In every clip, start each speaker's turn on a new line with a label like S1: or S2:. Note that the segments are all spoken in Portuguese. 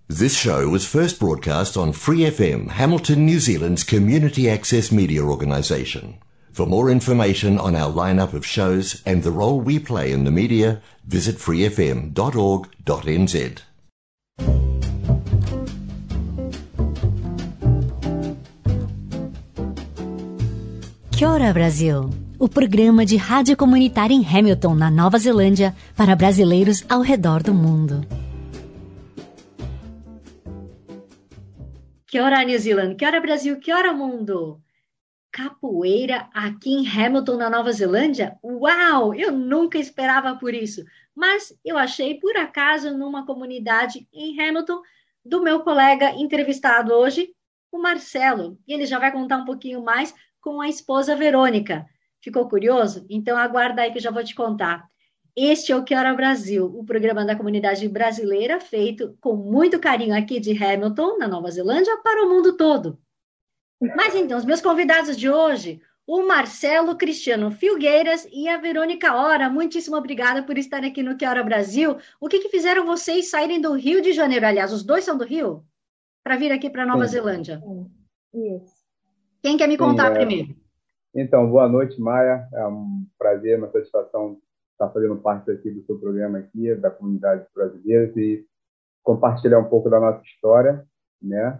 S1: This show was first broadcast on Free FM, Hamilton, New Zealand's community access media organisation. For more information on our lineup of shows and the role we play in the media, visit freefm.org.nz.
S2: Kia ora, Brasil! O programa de rádio comunitária em Hamilton, na Nova Zelândia, para brasileiros ao redor do mundo.
S3: Kia ora, New Zealand! Kia ora, Brasil! Kia ora, mundo! Capoeira aqui em Hamilton, na Nova Zelândia? Uau! Eu nunca esperava por isso. Mas eu achei, por acaso, numa comunidade em Hamilton, do meu colega entrevistado hoje, o Marcelo. E ele já vai contar um pouquinho mais com a esposa Verônica. Ficou curioso? Então aguarda aí que eu já vou te contar. Este é o Kia ora Brasil, o programa da comunidade brasileira feito com muito carinho aqui de Hamilton, na Nova Zelândia, para o mundo todo. Mas então, os meus convidados de hoje, o Marcelo Cristiano Filgueiras e a Verônica Ora, muitíssimo obrigada por estarem aqui no Kia ora Brasil. O que fizeram vocês saírem do Rio de Janeiro? Aliás, os dois são do Rio? Para vir aqui para a Nova Zelândia.
S4: Isso.
S3: Quem quer me contar primeiro?
S5: Então, boa noite, Maia. É um prazer, uma satisfação estar fazendo parte aqui do seu programa aqui, da comunidade brasileira e compartilhar um pouco da nossa história, né?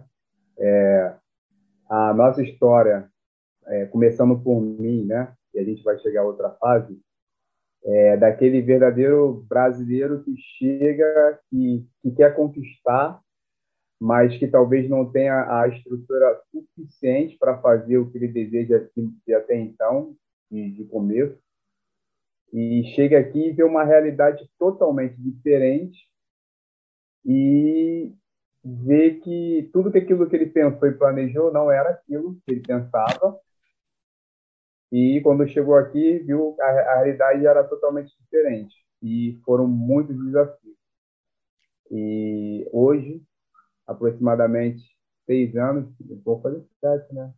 S5: A nossa história, começando por mim, né? E a gente vai chegar a outra fase, daquele verdadeiro brasileiro que chega, que quer conquistar, mas que talvez não tenha a estrutura suficiente para fazer o que ele deseja de até então, de começo, e chega aqui e vê uma realidade totalmente diferente e vê que tudo aquilo que ele pensou e planejou não era aquilo que ele pensava, e quando chegou aqui, viu a realidade era totalmente diferente, e foram muitos desafios. E hoje, aproximadamente 6 anos, vou fazer 7, né?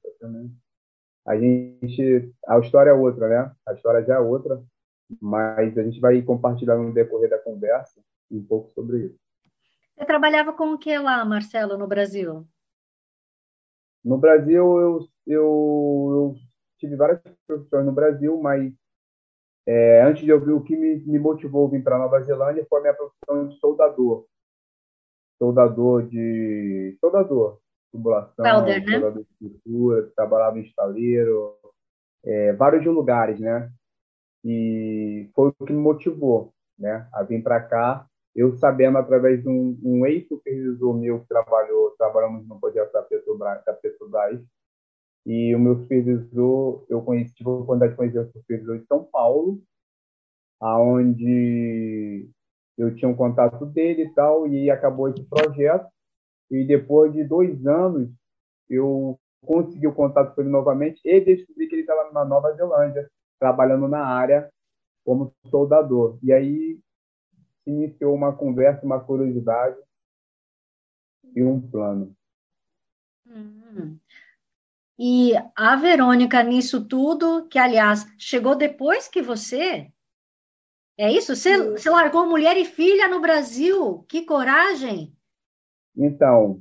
S5: A história é outra, né? A história já é outra, mas a gente vai compartilhar no decorrer da conversa um pouco sobre isso.
S3: Você trabalhava com o que lá, Marcelo, no Brasil?
S5: No Brasil, eu tive várias profissões no Brasil, mas antes de eu ver o que me motivou a vir para a Nova Zelândia foi a minha profissão de soldador. Soldador, tubulação,
S3: Welder, né?
S5: soldador de estrutura, trabalhava em estaleiro, vários lugares, né? E foi o que me motivou, né, a vir para cá. Eu sabendo através de um ex-supervisor meu que trabalhamos no projeto da Petrobras, e o meu supervisor, tive a oportunidade de conhecer o supervisor de São Paulo, aonde eu tinha um contato dele e tal, e acabou esse projeto. E depois de 2 anos, eu consegui o contato com ele novamente e descobri que ele estava na Nova Zelândia, trabalhando na área como soldador. E aí se iniciou uma conversa, uma curiosidade e um plano.
S3: E a Verônica, nisso tudo, que, aliás, chegou depois que você... É isso? Você largou mulher e filha no Brasil? Que coragem!
S5: Então,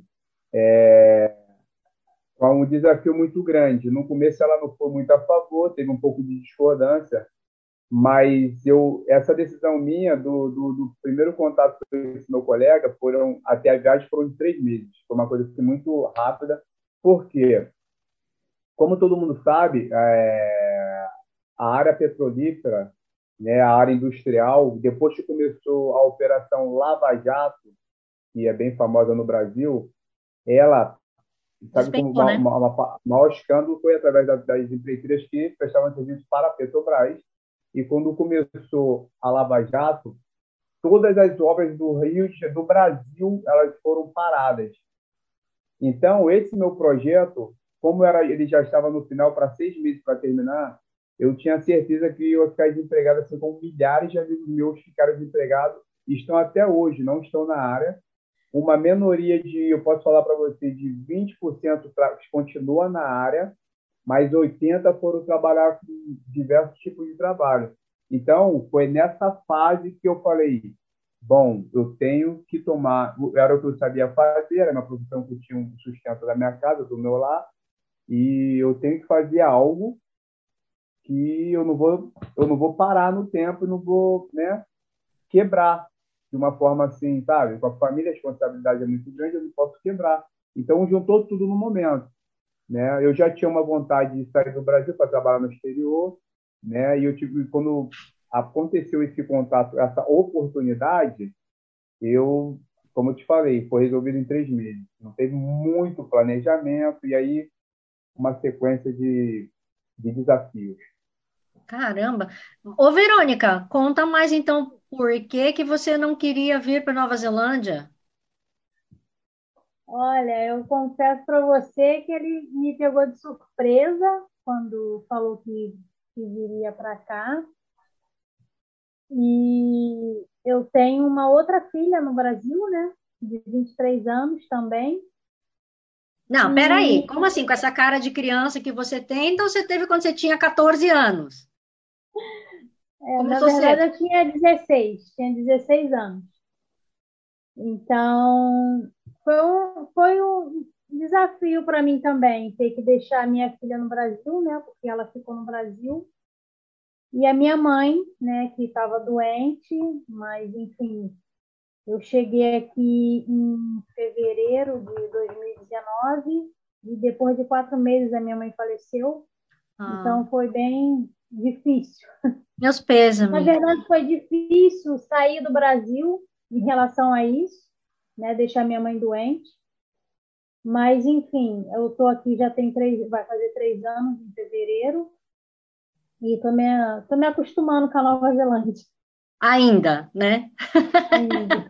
S5: foi um desafio muito grande. No começo ela não foi muito a favor, teve um pouco de discordância, mas essa decisão minha, do primeiro contato com esse meu colega, até a viagem foram de 3 meses. Foi uma coisa assim, muito rápida, porque, como todo mundo sabe, a área petrolífera, né, a área industrial, depois que começou a Operação Lava Jato, que é bem famosa no Brasil, ela, sabe, como
S3: Despencou, né?
S5: o maior escândalo foi através das empreiteiras que prestavam serviço para a Petrobras. E quando começou a Lava Jato, todas as obras do Brasil, elas foram paradas. Então, esse meu projeto, ele já estava no final, para 6 meses para terminar, eu tinha certeza que eu ia ficar desempregado, assim como milhares de amigos meus ficaram desempregados e estão até hoje, não estão na área. Uma minoria eu posso falar para você, de 20% continua na área, mas 80% foram trabalhar com diversos tipos de trabalho. Então, foi nessa fase que eu falei, bom, eu tenho que tomar, era o que eu sabia fazer, era uma profissão que tinha um sustento da minha casa, do meu lar, e eu tenho que fazer algo que eu não vou parar no tempo e não vou, né, quebrar de uma forma assim, sabe? Com a família a responsabilidade é muito grande, eu não posso quebrar. Então juntou tudo no momento, né? Eu já tinha uma vontade de sair do Brasil para trabalhar no exterior, né? E eu tive quando aconteceu esse contato, essa oportunidade, eu, como eu te falei, foi resolvido em 3 meses. Não teve muito planejamento e aí uma sequência de desafios.
S3: Caramba! Ô, Verônica, conta mais então por que que você não queria vir para Nova Zelândia?
S4: Olha, eu confesso para você que ele me pegou de surpresa quando falou que viria para cá. E eu tenho uma outra filha no Brasil, né? De 23 anos também.
S3: Não, peraí,
S4: E
S3: como assim, com essa cara de criança que você tem? Então você teve quando você tinha 14 anos.
S4: na
S3: Começou
S4: verdade
S3: cedo.
S4: eu tinha 16 anos. Então foi um desafio para mim também ter que deixar a minha filha no Brasil, né? Porque ela ficou no Brasil. E a minha mãe, né, que estava doente, mas enfim, eu cheguei aqui em fevereiro de 2019 e depois de 4 meses a minha mãe faleceu,
S3: Ah,
S4: então foi bem difícil.
S3: meus
S4: Na
S3: pêsames.
S4: verdade, foi difícil sair do Brasil em relação a isso, né, deixar minha mãe doente, mas enfim, eu estou aqui já tem vai fazer 3 anos em fevereiro e tô me acostumando com a Nova Zelândia
S3: Ainda, né?
S4: ainda.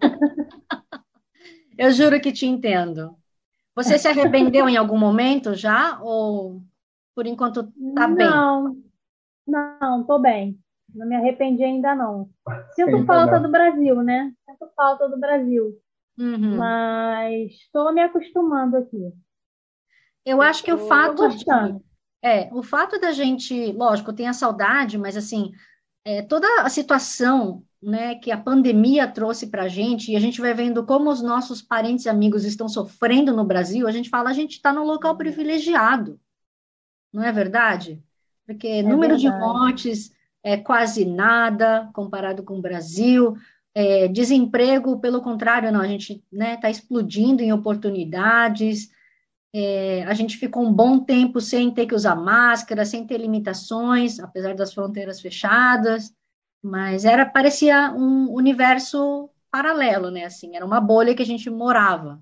S3: Eu juro que te entendo. Você se arrependeu em algum momento já? Ou por enquanto tá bem?
S4: Não, não, tô bem. Não me arrependi ainda não. Sinto
S5: Ainda
S4: falta do
S5: não.
S4: Brasil, né? Sinto falta do Brasil,
S3: Uhum.
S4: mas estou me acostumando aqui.
S3: Eu acho que o
S4: Tô
S3: fato
S4: gostando.
S3: o fato da gente, lógico, tem a saudade, mas assim, toda a situação, né, que a pandemia trouxe para a gente, e a gente vai vendo como os nossos parentes e amigos estão sofrendo no Brasil, a gente fala, a gente está num local privilegiado, não é verdade? Porque
S4: É
S3: número de
S4: verdade,
S3: mortes é quase nada comparado com o Brasil, desemprego, pelo contrário, não, a gente, né, está explodindo em oportunidades. A gente ficou um bom tempo sem ter que usar máscara, sem ter limitações, apesar das fronteiras fechadas, mas parecia um universo paralelo, né? Assim, era uma bolha que a gente morava.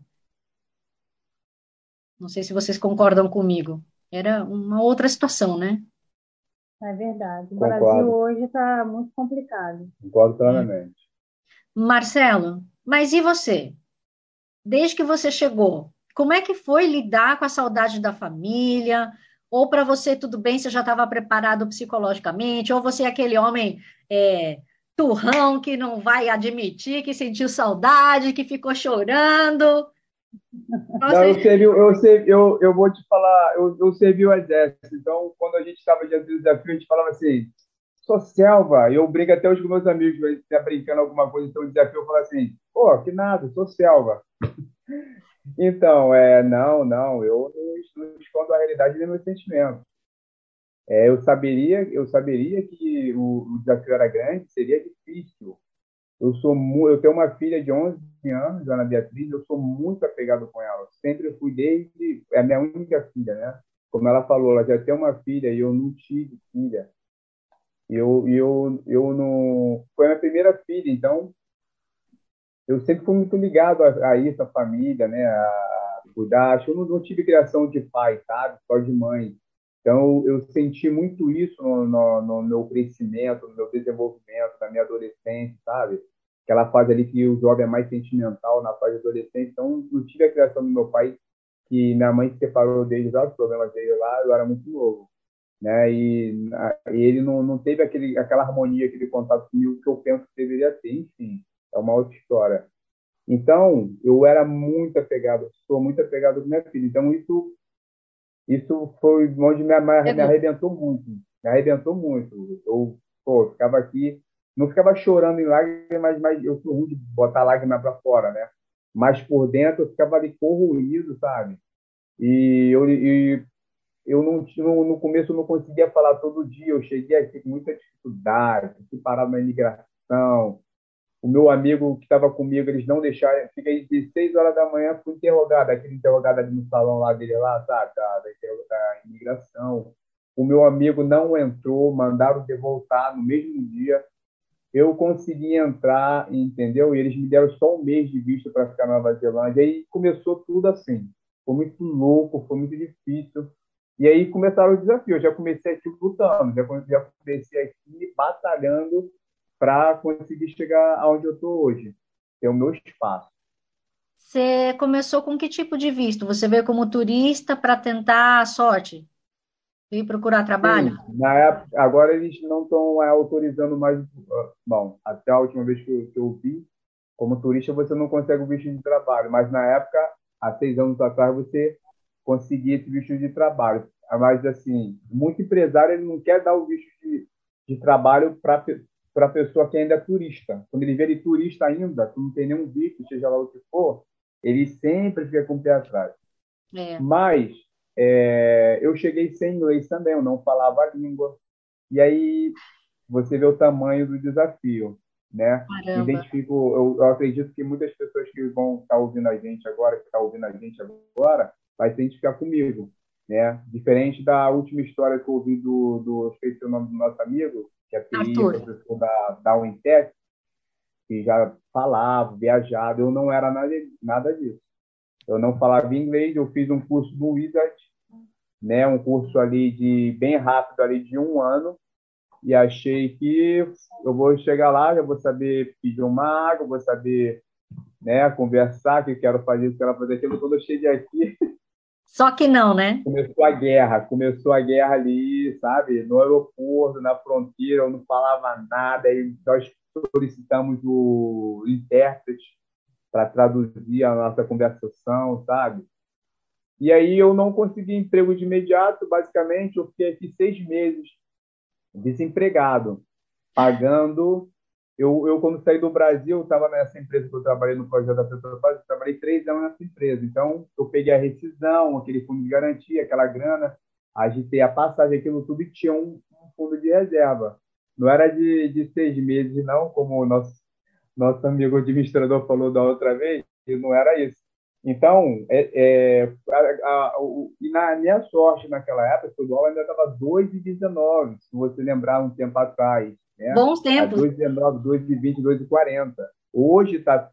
S3: Não sei se vocês concordam comigo. Era uma outra situação, né?
S4: é verdade. O Brasil
S5: Concordo,
S4: hoje está muito complicado.
S5: concordo
S3: É.
S5: plenamente.
S3: Marcelo, mas e você? Desde que você chegou, como é que foi lidar com a saudade da família? Ou para você tudo bem, você já estava preparado psicologicamente? Ou você é aquele homem é, turrão que não vai admitir que sentiu saudade, que ficou chorando?
S5: Não,
S3: Nossa,
S5: eu vou te falar, eu servi o exército, então quando a gente estava diante do desafio, a gente falava assim, sou selva, eu brinco até hoje com meus amigos, a gente está brincando alguma coisa, então o desafio eu falo assim, pô, que nada, sou selva. Então, não, não, eu não escondo a realidade nem meus sentimentos. Eu saberia que o desafio era grande, seria difícil. Eu tenho uma filha de 11 anos, Ana Beatriz, eu sou muito apegado com ela. Sempre fui desde, é a minha única filha, né? Como ela falou, ela já tem uma filha e eu não tive filha. Eu não, foi a minha primeira filha, então eu sempre fui muito ligado a isso, a família, né? A cuidar. Acho que eu não tive criação de pai, sabe? Só de mãe. Então, eu senti muito isso no meu crescimento, no meu desenvolvimento, na minha adolescência, sabe? Aquela fase ali que o jovem é mais sentimental, na fase de adolescência. Então, não tive a criação do meu pai, que minha mãe se separou dele, já os problemas dele lá, eu era muito novo, né? E ele não teve aquela harmonia, aquele contato comigo que eu penso que deveria ter. Enfim, é uma outra história. Então, eu era muito apegado, sou muito apegado com minha filha. Então, isso foi onde me
S3: pegou.
S5: arrebentou muito. Me arrebentou muito. Eu, pô, ficava aqui. não ficava chorando em lágrimas, mas eu sou ruim de botar lágrima para fora, né? Mas por dentro eu ficava ali corroído, sabe? E eu não, no começo eu não conseguia falar todo dia, eu cheguei aqui com muita dificuldade, fui parar na imigração. O meu amigo que estava comigo, eles não deixaram, fiquei 16 horas da manhã, fui interrogado, aquele interrogado ali no salão lá dele, lá, sabe, da imigração. O meu amigo não entrou, mandaram de voltar no mesmo dia. Eu consegui entrar, entendeu? E eles me deram só um mês de visto para ficar na Nova Zelândia. E aí começou tudo assim. Foi muito louco, foi muito difícil. E aí começaram os desafios. Eu já comecei aqui lutando, já comecei aqui batalhando para conseguir chegar aonde eu estou hoje. Ter o meu espaço.
S3: Você começou com que tipo de visto? Você veio como turista para tentar a sorte? Veio procurar trabalho?
S5: Sim, na época, agora eles não estão autorizando mais. Bom, até a última vez que eu vi, como turista você não consegue o visto de trabalho, mas na época, há 6 anos atrás, você conseguia esse visto de trabalho. Mas, assim, muito empresário ele não quer dar o visto de trabalho para a pessoa que ainda é turista. Quando ele vê ele turista ainda, que não tem nenhum visto, seja lá o que for, ele sempre fica com o pé atrás.
S3: É,
S5: Mas eu cheguei sem inglês também, eu não falava a língua. E aí você vê o tamanho do desafio, né?
S3: caramba.
S5: Identifico, eu acredito que muitas pessoas que vão estar ouvindo a gente agora, que estão ouvindo a gente agora, vai se identificar comigo, né? Diferente da última história que eu ouvi eu esqueci o nome do nosso amigo, que é TI,
S3: Arthur,
S5: professor da Unitec, que já falava, viajava, eu não era nada disso. Eu não falava inglês, eu fiz um curso do Wizard, né? Um curso ali de bem rápido ali de 1 ano e achei que eu vou chegar lá, já vou saber pedir uma água, vou saber, né, conversar, que quero fazer isso, quero fazer aquilo. Quando eu cheguei aqui,
S3: só que não, né?
S5: começou a guerra ali, sabe? No aeroporto, na fronteira, eu não falava nada, e nós solicitamos o intérprete para traduzir a nossa conversação, sabe? E aí eu não consegui emprego de imediato, basicamente, eu fiquei aqui 6 meses desempregado, pagando. Quando saí do Brasil, estava nessa empresa que eu trabalhei no projeto da Petrobras, eu trabalhei 3 anos nessa empresa. Então, eu peguei a rescisão, aquele fundo de garantia, aquela grana, agitei a passagem, aquilo tudo e tinha um fundo de reserva. Não era de 6 meses, não, como o nosso amigo administrador falou da outra vez, e não era isso. Então, e na minha sorte naquela época, o dólar ainda estava 2,19, se você lembrar um tempo atrás, né?
S3: Bons
S5: A
S3: tempos.
S5: 2,19, 2,20, 2,40. Hoje está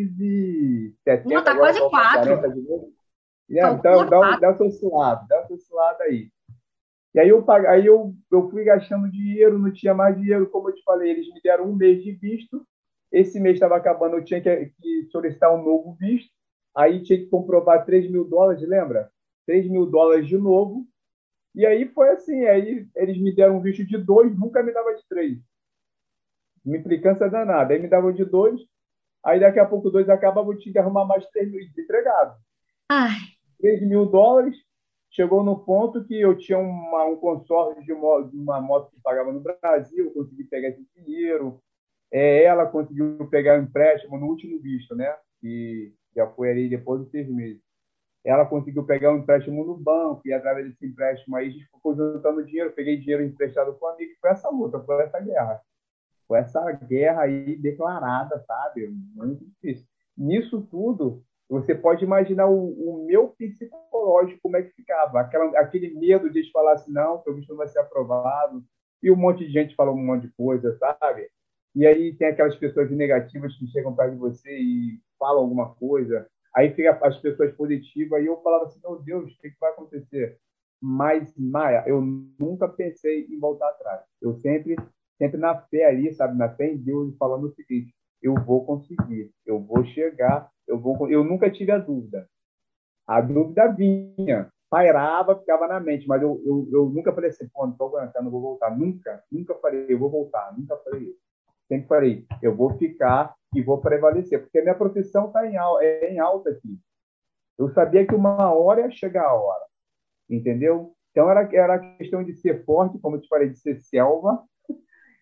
S3: Não,
S5: 3,70,
S3: tá
S5: agora
S3: quase
S5: voltou a 40
S3: 4.
S5: de novo. Então,
S3: Calcula quatro.
S5: dá o seu lado aí. E aí eu fui gastando dinheiro, não tinha mais dinheiro, como eu te falei, eles me deram um mês de visto. Esse mês estava acabando, eu tinha que solicitar um novo visto. Aí tinha que comprovar US$ 3.000, lembra? US$ 3.000 de novo. E aí foi assim, aí eles me deram um visto de dois, nunca me dava de três. Uma implicância danada. Aí me davam de dois, aí daqui a pouco dois acabava, eu tinha que arrumar mais 3.000 desempregado.
S3: Ai,
S5: US$ 3.000, chegou no ponto que eu tinha um consórcio de uma moto que pagava no Brasil, eu consegui pegar esse dinheiro, ela conseguiu pegar um empréstimo no último visto, né? Que já foi ali depois de 6 meses. Ela conseguiu pegar um empréstimo no banco e através desse empréstimo aí a gente ficou juntando dinheiro, peguei dinheiro emprestado com um amigo, foi essa luta, foi essa guerra. Foi essa guerra aí declarada, sabe? Muito difícil. Nisso tudo, você pode imaginar o meu psicológico, como é que ficava. Aquele medo de falar assim, não, seu visto não vai ser aprovado. E um monte de gente falou um monte de coisa, sabe? E aí tem aquelas pessoas negativas que chegam perto de você e falam alguma coisa. Aí fica as pessoas positivas e eu falava assim, meu Deus, o que vai acontecer? Mas, Maia, eu nunca pensei em voltar atrás. Eu sempre na fé ali, sabe, na fé em Deus, falando o seguinte: eu vou conseguir, eu vou chegar, eu nunca tive a dúvida. A dúvida vinha, pairava, ficava na mente, mas eu nunca falei assim, pô, não estou aguentando, não vou voltar. Nunca falei, eu vou voltar, nunca falei isso. Sempre falei, eu vou ficar e vou prevalecer, porque a minha profissão é em alta aqui. Eu sabia que uma hora ia chegar a hora, entendeu? Então era questão de ser forte, como eu te falei, de ser selva,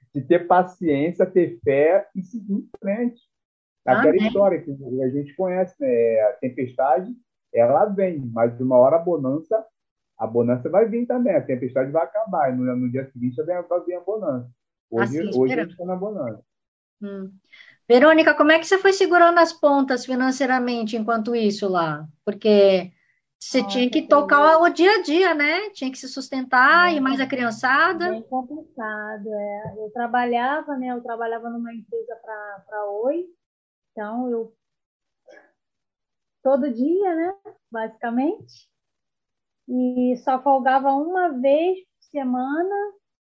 S5: de ter paciência, ter fé e seguir em frente. Aquela
S3: Amém.
S5: história que a gente conhece, né? A tempestade, ela vem, mas de uma hora a bonança vai vir também. A tempestade vai acabar, e no dia seguinte vai vir a bonança.
S3: Assim,
S5: Hoje a gente
S3: esperando.
S5: está na bonança.
S3: Hum. Verônica, como é que você foi segurando as pontas financeiramente enquanto isso lá? Porque você tinha
S4: Nossa,
S3: que
S4: foi
S3: tocar o dia a dia, né? Tinha que se sustentar e
S4: bem,
S3: mais a criançada.
S4: bem complicado. Eu trabalhava, né? Eu trabalhava numa empresa para Oi, então eu todo dia, né? Basicamente, e só folgava uma vez por semana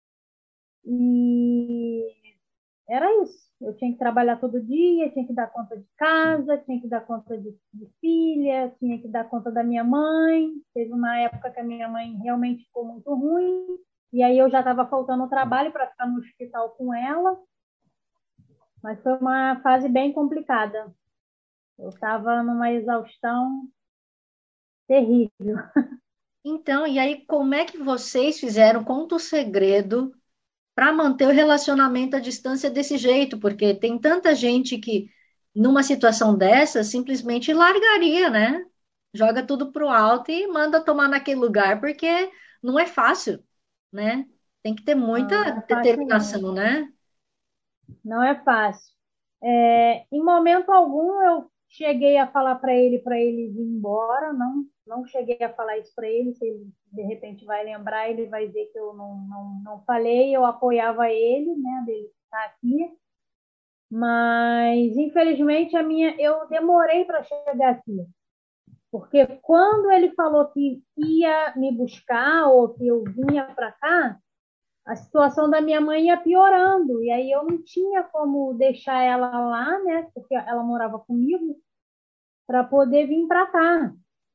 S4: e era isso. Eu tinha que trabalhar todo dia, tinha que dar conta de casa, tinha que dar conta de filha, tinha que dar conta da minha mãe. Teve uma época que a minha mãe realmente ficou muito ruim, e aí eu já estava faltando trabalho para ficar no hospital com ela, mas foi uma fase bem complicada. Eu estava numa exaustão terrível.
S3: Então, e aí, como é que vocês fizeram? Conta o segredo para manter o relacionamento à distância desse jeito, porque tem tanta gente que, numa situação dessa, simplesmente largaria, né? Joga tudo pro alto e manda tomar naquele lugar, porque não é fácil, né? Tem que ter
S4: Não,
S3: muita
S4: não é fácil, não.
S3: determinação, né?
S4: Não é fácil. Em momento algum eu cheguei a falar para ele vir embora, não cheguei a falar isso para ele, se ele de repente vai lembrar, ele vai ver que eu não falei, eu apoiava ele, né, dele estar aqui, mas infelizmente eu demorei para chegar aqui, porque quando ele falou que ia me buscar ou que eu vinha para cá, a situação da minha mãe ia piorando, e aí eu não tinha como deixar ela lá, né? Porque ela morava comigo, para poder vir para cá.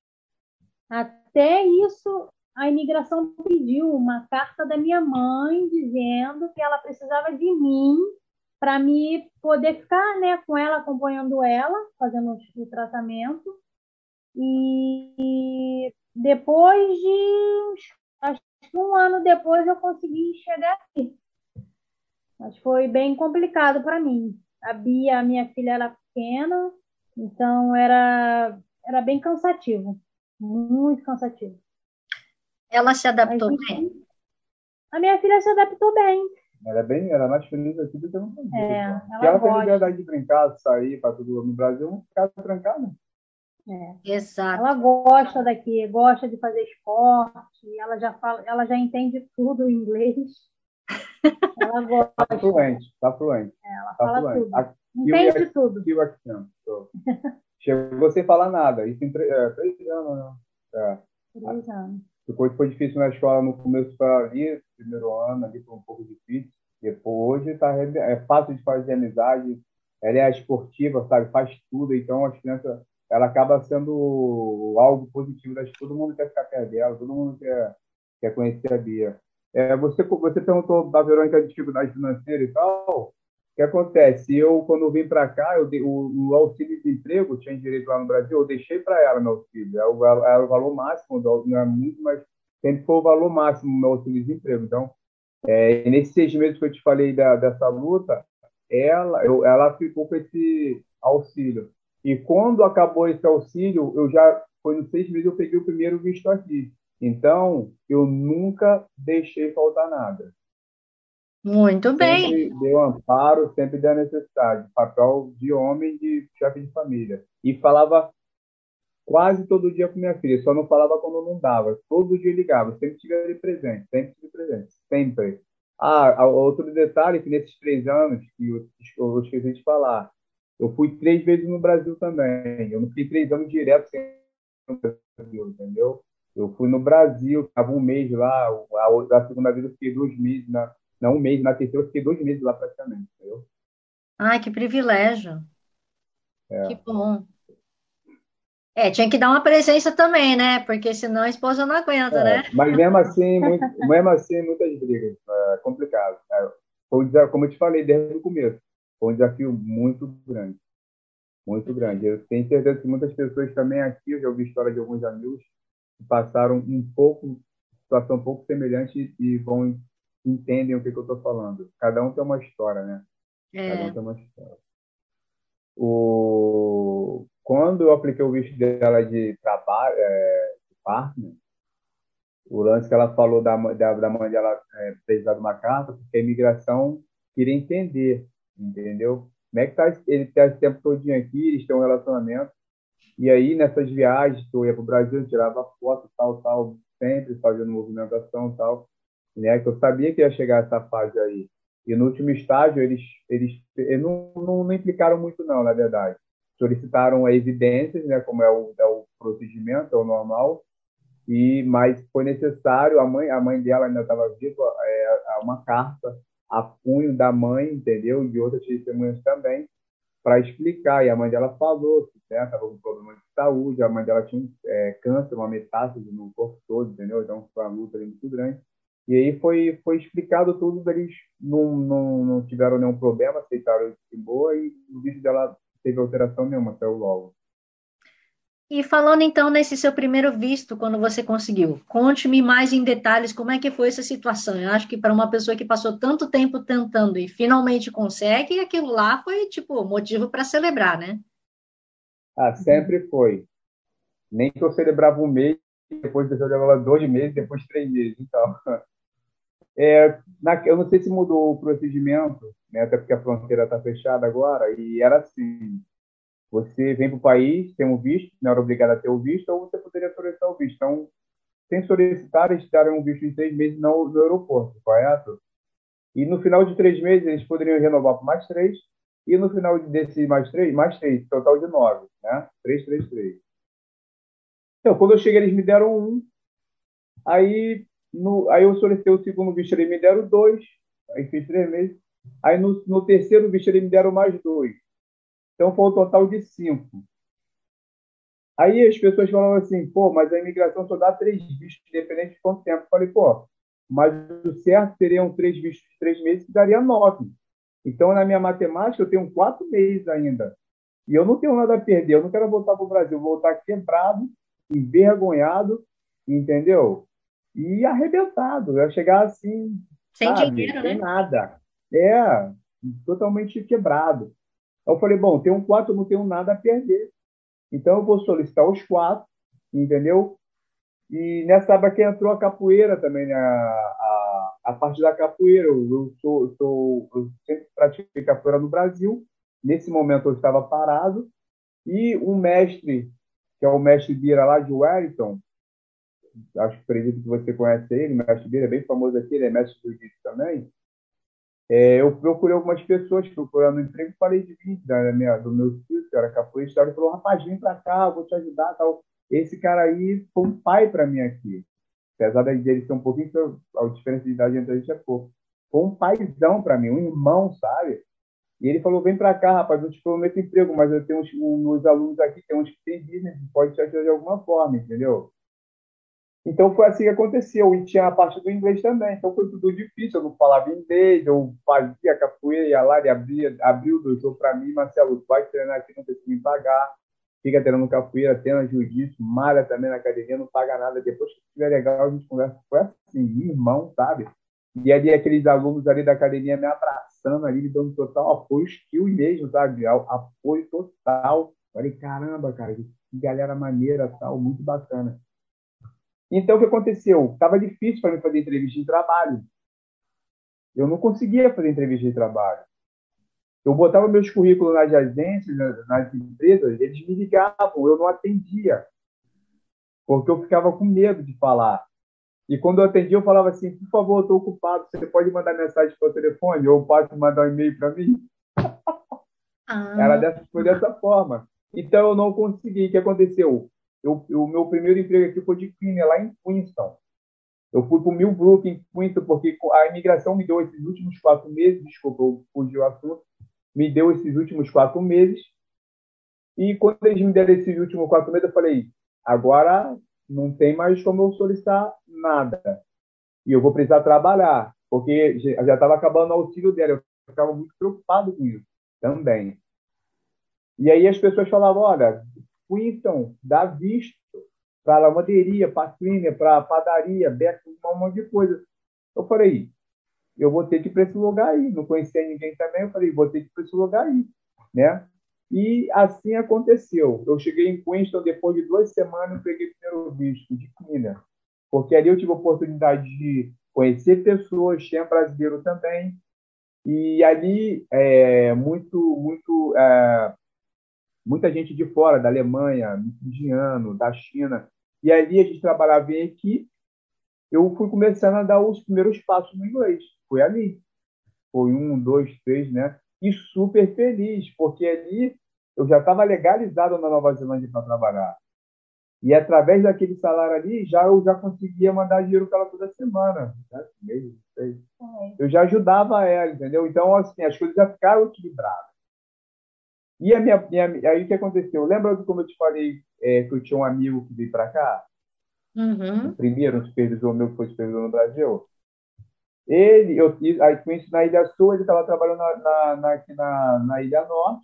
S4: Até isso, a imigração pediu uma carta da minha mãe dizendo que ela precisava de mim para me poder ficar, né, com ela, acompanhando ela, fazendo o tratamento. E depois acho que um ano depois, eu consegui chegar aqui. Mas foi bem complicado para mim. A Bia, a minha filha, era pequena, então era bem cansativo, muito cansativo.
S3: Ela se
S4: Mas
S3: adaptou bem.
S4: enfim, a minha filha se adaptou bem.
S5: Ela é mais feliz aqui do que no Brasil. E
S4: Ela
S5: ela tem
S4: gosta.
S5: liberdade de brincar, de sair para tudo no Brasil, não ficar trancada.
S4: É. Ela
S3: Exato.
S4: gosta daqui, gosta de fazer esporte. Ela já fala, ela já entende tudo em inglês. Ela
S5: Tá
S4: gosta,
S5: fluente, tá fluente,
S4: ela
S5: tá
S4: fala
S5: fluente.
S4: tudo.
S5: Aqui
S4: Entende tudo.
S5: o aqui, chegou sem falar nada. Isso em 3 anos, né? É.
S4: 3 anos.
S5: Foi difícil na escola no começo para ali, primeiro ano ali foi um pouco difícil. Depois hoje é fácil de fazer amizade. Ela é esportiva, sabe? Faz tudo. Então as crianças, ela acaba sendo algo positivo. Todo mundo quer ficar perto dela, todo mundo quer conhecer a Bia. Você perguntou da Verônica a dificuldade financeira e tal. O que acontece? Quando eu vim para cá, o auxílio de emprego, tinha direito lá no Brasil, eu deixei para ela meu auxílio. É o valor máximo, não é muito, mas sempre foi o valor máximo do meu auxílio de emprego. Então, nesses 6 meses que eu te falei dessa luta, ela ficou com esse auxílio. E quando acabou esse auxílio, foi nos 6 meses eu peguei o primeiro visto aqui. Então, eu nunca deixei faltar nada.
S3: Muito bem.
S5: Sempre deu amparo, sempre deu necessidade. Papel de homem, de chefe de família. E falava quase todo dia com minha filha, só não falava quando não dava. Todo dia ligava, sempre tive ali presente, sempre tive presente, sempre. Outro detalhe que nesses 3 anos, que eu esqueci de falar, eu fui 3 vezes no Brasil também. Eu não fiquei 3 anos direto sem ir no Brasil, entendeu? Eu fui no Brasil, estava um mês lá, a segunda vez eu fiquei 2 meses, não um mês, na terceira eu fiquei 2 meses lá praticamente, entendeu?
S3: Ai, que privilégio. Que
S5: É.
S3: bom. Tinha que dar uma presença também, né? Porque senão a esposa não aguenta, né?
S5: Mas mesmo assim, muitas brigas. É complicado. Como eu te falei desde o começo, foi um desafio muito grande. Muito grande. Eu tenho certeza que muitas pessoas também aqui, eu já ouvi história de alguns amigos que passaram situação um pouco semelhante e vão entendem o que eu estou falando. Cada um tem uma história, né? Cada um
S3: É.
S5: tem uma história. Quando eu apliquei o visto dela de trabalho, de partner, o lance que ela falou da mãe dela precisar de uma carta, porque a imigração queria entender, entendeu? Como é que tá, ele está esse tempo todinho aqui, eles têm um relacionamento, e aí nessas viagens que eu ia para o Brasil, eu tirava foto, tal, tal, sempre fazendo movimentação, tal, né? Que eu sabia que ia chegar essa fase aí. E no último estágio, eles não implicaram muito, não, na verdade. Solicitaram evidências, né? Como é o procedimento, é o normal, mas foi necessário, a mãe dela ainda estava viva, uma carta a punho da mãe, entendeu? E de outras testemunhas também, para explicar. E a mãe dela falou que estava com problema de saúde, a mãe dela tinha câncer, uma metástase no corpo todo, entendeu? Então foi uma luta ali muito grande. E aí foi explicado tudo, eles não tiveram nenhum problema, aceitaram isso de boa e o vídeo dela teve alteração nenhuma, saiu logo.
S3: E falando então nesse seu primeiro visto, quando você conseguiu, conte-me mais em detalhes como é que foi essa situação. Eu acho que para uma pessoa que passou tanto tempo tentando e finalmente consegue, aquilo lá foi tipo motivo para celebrar, né?
S5: Ah, sempre foi. Nem que eu celebrava um mês, depois eu celebrava 2 meses, depois 3 meses. Então, eu não sei se mudou o procedimento, né, até porque a fronteira está fechada agora, e era assim: você vem para o país, tem um visto, não era obrigado a ter o visto, ou você poderia solicitar o visto. Então, sem solicitar, eles darem um visto em 6 meses no aeroporto, correto? E no final de 3 meses, eles poderiam renovar por mais 3, e no final desses mais três, total de 9, né? Três, três, três. Então, quando eu cheguei, eles me deram um. Aí eu solicitei o segundo visto, eles me deram 2. Aí fiz 3 meses. Aí no terceiro visto, eles me deram mais 2. Então foi um total de 5. Aí as pessoas falavam assim, pô, mas a imigração só dá 3 vistos, independente de quanto tempo. Eu falei, pô, mas o certo seriam 3 vistos de 3 meses, que daria 9. Então, na minha matemática, eu tenho 4 meses ainda. E eu não tenho nada a perder. Eu não quero voltar para o Brasil. Eu vou voltar quebrado, envergonhado, entendeu? E arrebentado. Eu ia chegar assim,
S3: Sem
S5: sabe?
S3: dinheiro,
S5: Sem
S3: né?
S5: nada. É, totalmente quebrado. Aí eu falei, bom, tenho 4, eu não tenho nada a perder. Então eu vou solicitar os 4, entendeu? E nessa aba que entrou a capoeira também, né? A parte da capoeira. Eu sempre pratiquei capoeira no Brasil. Nesse momento eu estava parado. E um mestre, que é o mestre Bira lá de Wellington, acho que acredito que você conhece ele, o mestre Bira é bem famoso aqui, ele é mestre de jiu-jitsu também. Eu procurei algumas pessoas procurando emprego, falei de mim, do meu tio, que era capoeirista, ele falou, rapaz, vem pra cá, eu vou te ajudar, tal. Esse cara aí foi um pai para mim aqui. Apesar dele ser um pouquinho, a diferença de idade entre a gente é pouco. Foi um paizão para mim, um irmão, sabe? E ele falou, vem para cá, rapaz, eu te prometo emprego, mas eu tenho uns alunos aqui, tem uns que têm business, pode te ajudar de alguma forma, entendeu? Então foi assim que aconteceu. E tinha a parte do inglês também. Então foi tudo difícil. Eu não falava inglês, eu fazia capoeira, ia lá e abriu o doutor para mim, Marcelo, tu vai treinar aqui, não precisa me pagar. Fica treinando capoeira, treina jiu-jitsu, malha também na academia, não paga nada. Depois que estiver legal, a gente conversa. Foi assim, irmão, sabe? E ali aqueles alunos ali da academia me abraçando ali, me dando total apoio, skill mesmo, sabe? Apoio total. Falei, caramba, cara, que galera maneira, tal, muito bacana. Então, o que aconteceu? Estava difícil para mim fazer entrevista de trabalho. Eu não conseguia fazer entrevista de trabalho. Eu botava meus currículos nas agências, nas empresas, eles me ligavam, eu não atendia, porque eu ficava com medo de falar. E quando eu atendia, eu falava assim, por favor, eu estou ocupado, você pode mandar mensagem para o telefone ou pode mandar um e-mail para mim?
S3: Ah,
S5: Foi dessa forma. Então, eu não consegui. O que aconteceu? O meu primeiro emprego aqui foi de cleaner, lá em Queenstown. Eu fui para o Millbrook, em Queenstown, porque a imigração me deu esses últimos 4 meses, desculpa, eu fugi o assunto, me deu esses últimos 4 meses, e quando eles me deram esses últimos 4 meses, eu falei, agora não tem mais como eu solicitar nada, e eu vou precisar trabalhar, porque já estava acabando o auxílio dela, eu ficava muito preocupado com isso também. E aí as pessoas falavam, olha, Queenstown dá visto para lavanderia, para cleaner, para padaria, Beto, um monte de coisa. Eu falei, eu vou ter que ir para esse lugar aí. Não conhecia ninguém também, eu falei, vou ter que ir para esse lugar aí, né? E assim aconteceu. Eu cheguei em Queenstown, depois de 2 semanas, eu peguei o primeiro visto de cleaner, porque ali eu tive a oportunidade de conhecer pessoas, tinha brasileiro também, e ali muita gente de fora, da Alemanha, indiano, da China, e ali a gente trabalhava em equipe. Eu fui começando a dar os primeiros passos no inglês. Foi ali. Foi um, dois, três, né? E super feliz, porque ali eu já estava legalizado na Nova Zelândia para trabalhar. E através daquele salário ali, eu já conseguia mandar dinheiro para ela toda semana. Né? Mês, mês. Eu já ajudava ela, entendeu? Então, assim, as coisas já ficaram equilibradas. E aí o que aconteceu? Lembra de como eu te falei que eu tinha um amigo que veio para cá? O
S3: Uhum.
S5: primeiro, um supervisor meu que foi supervisor no Brasil? Aí conheci na Ilha Sul, ele estava trabalhando aqui na Ilha Norte,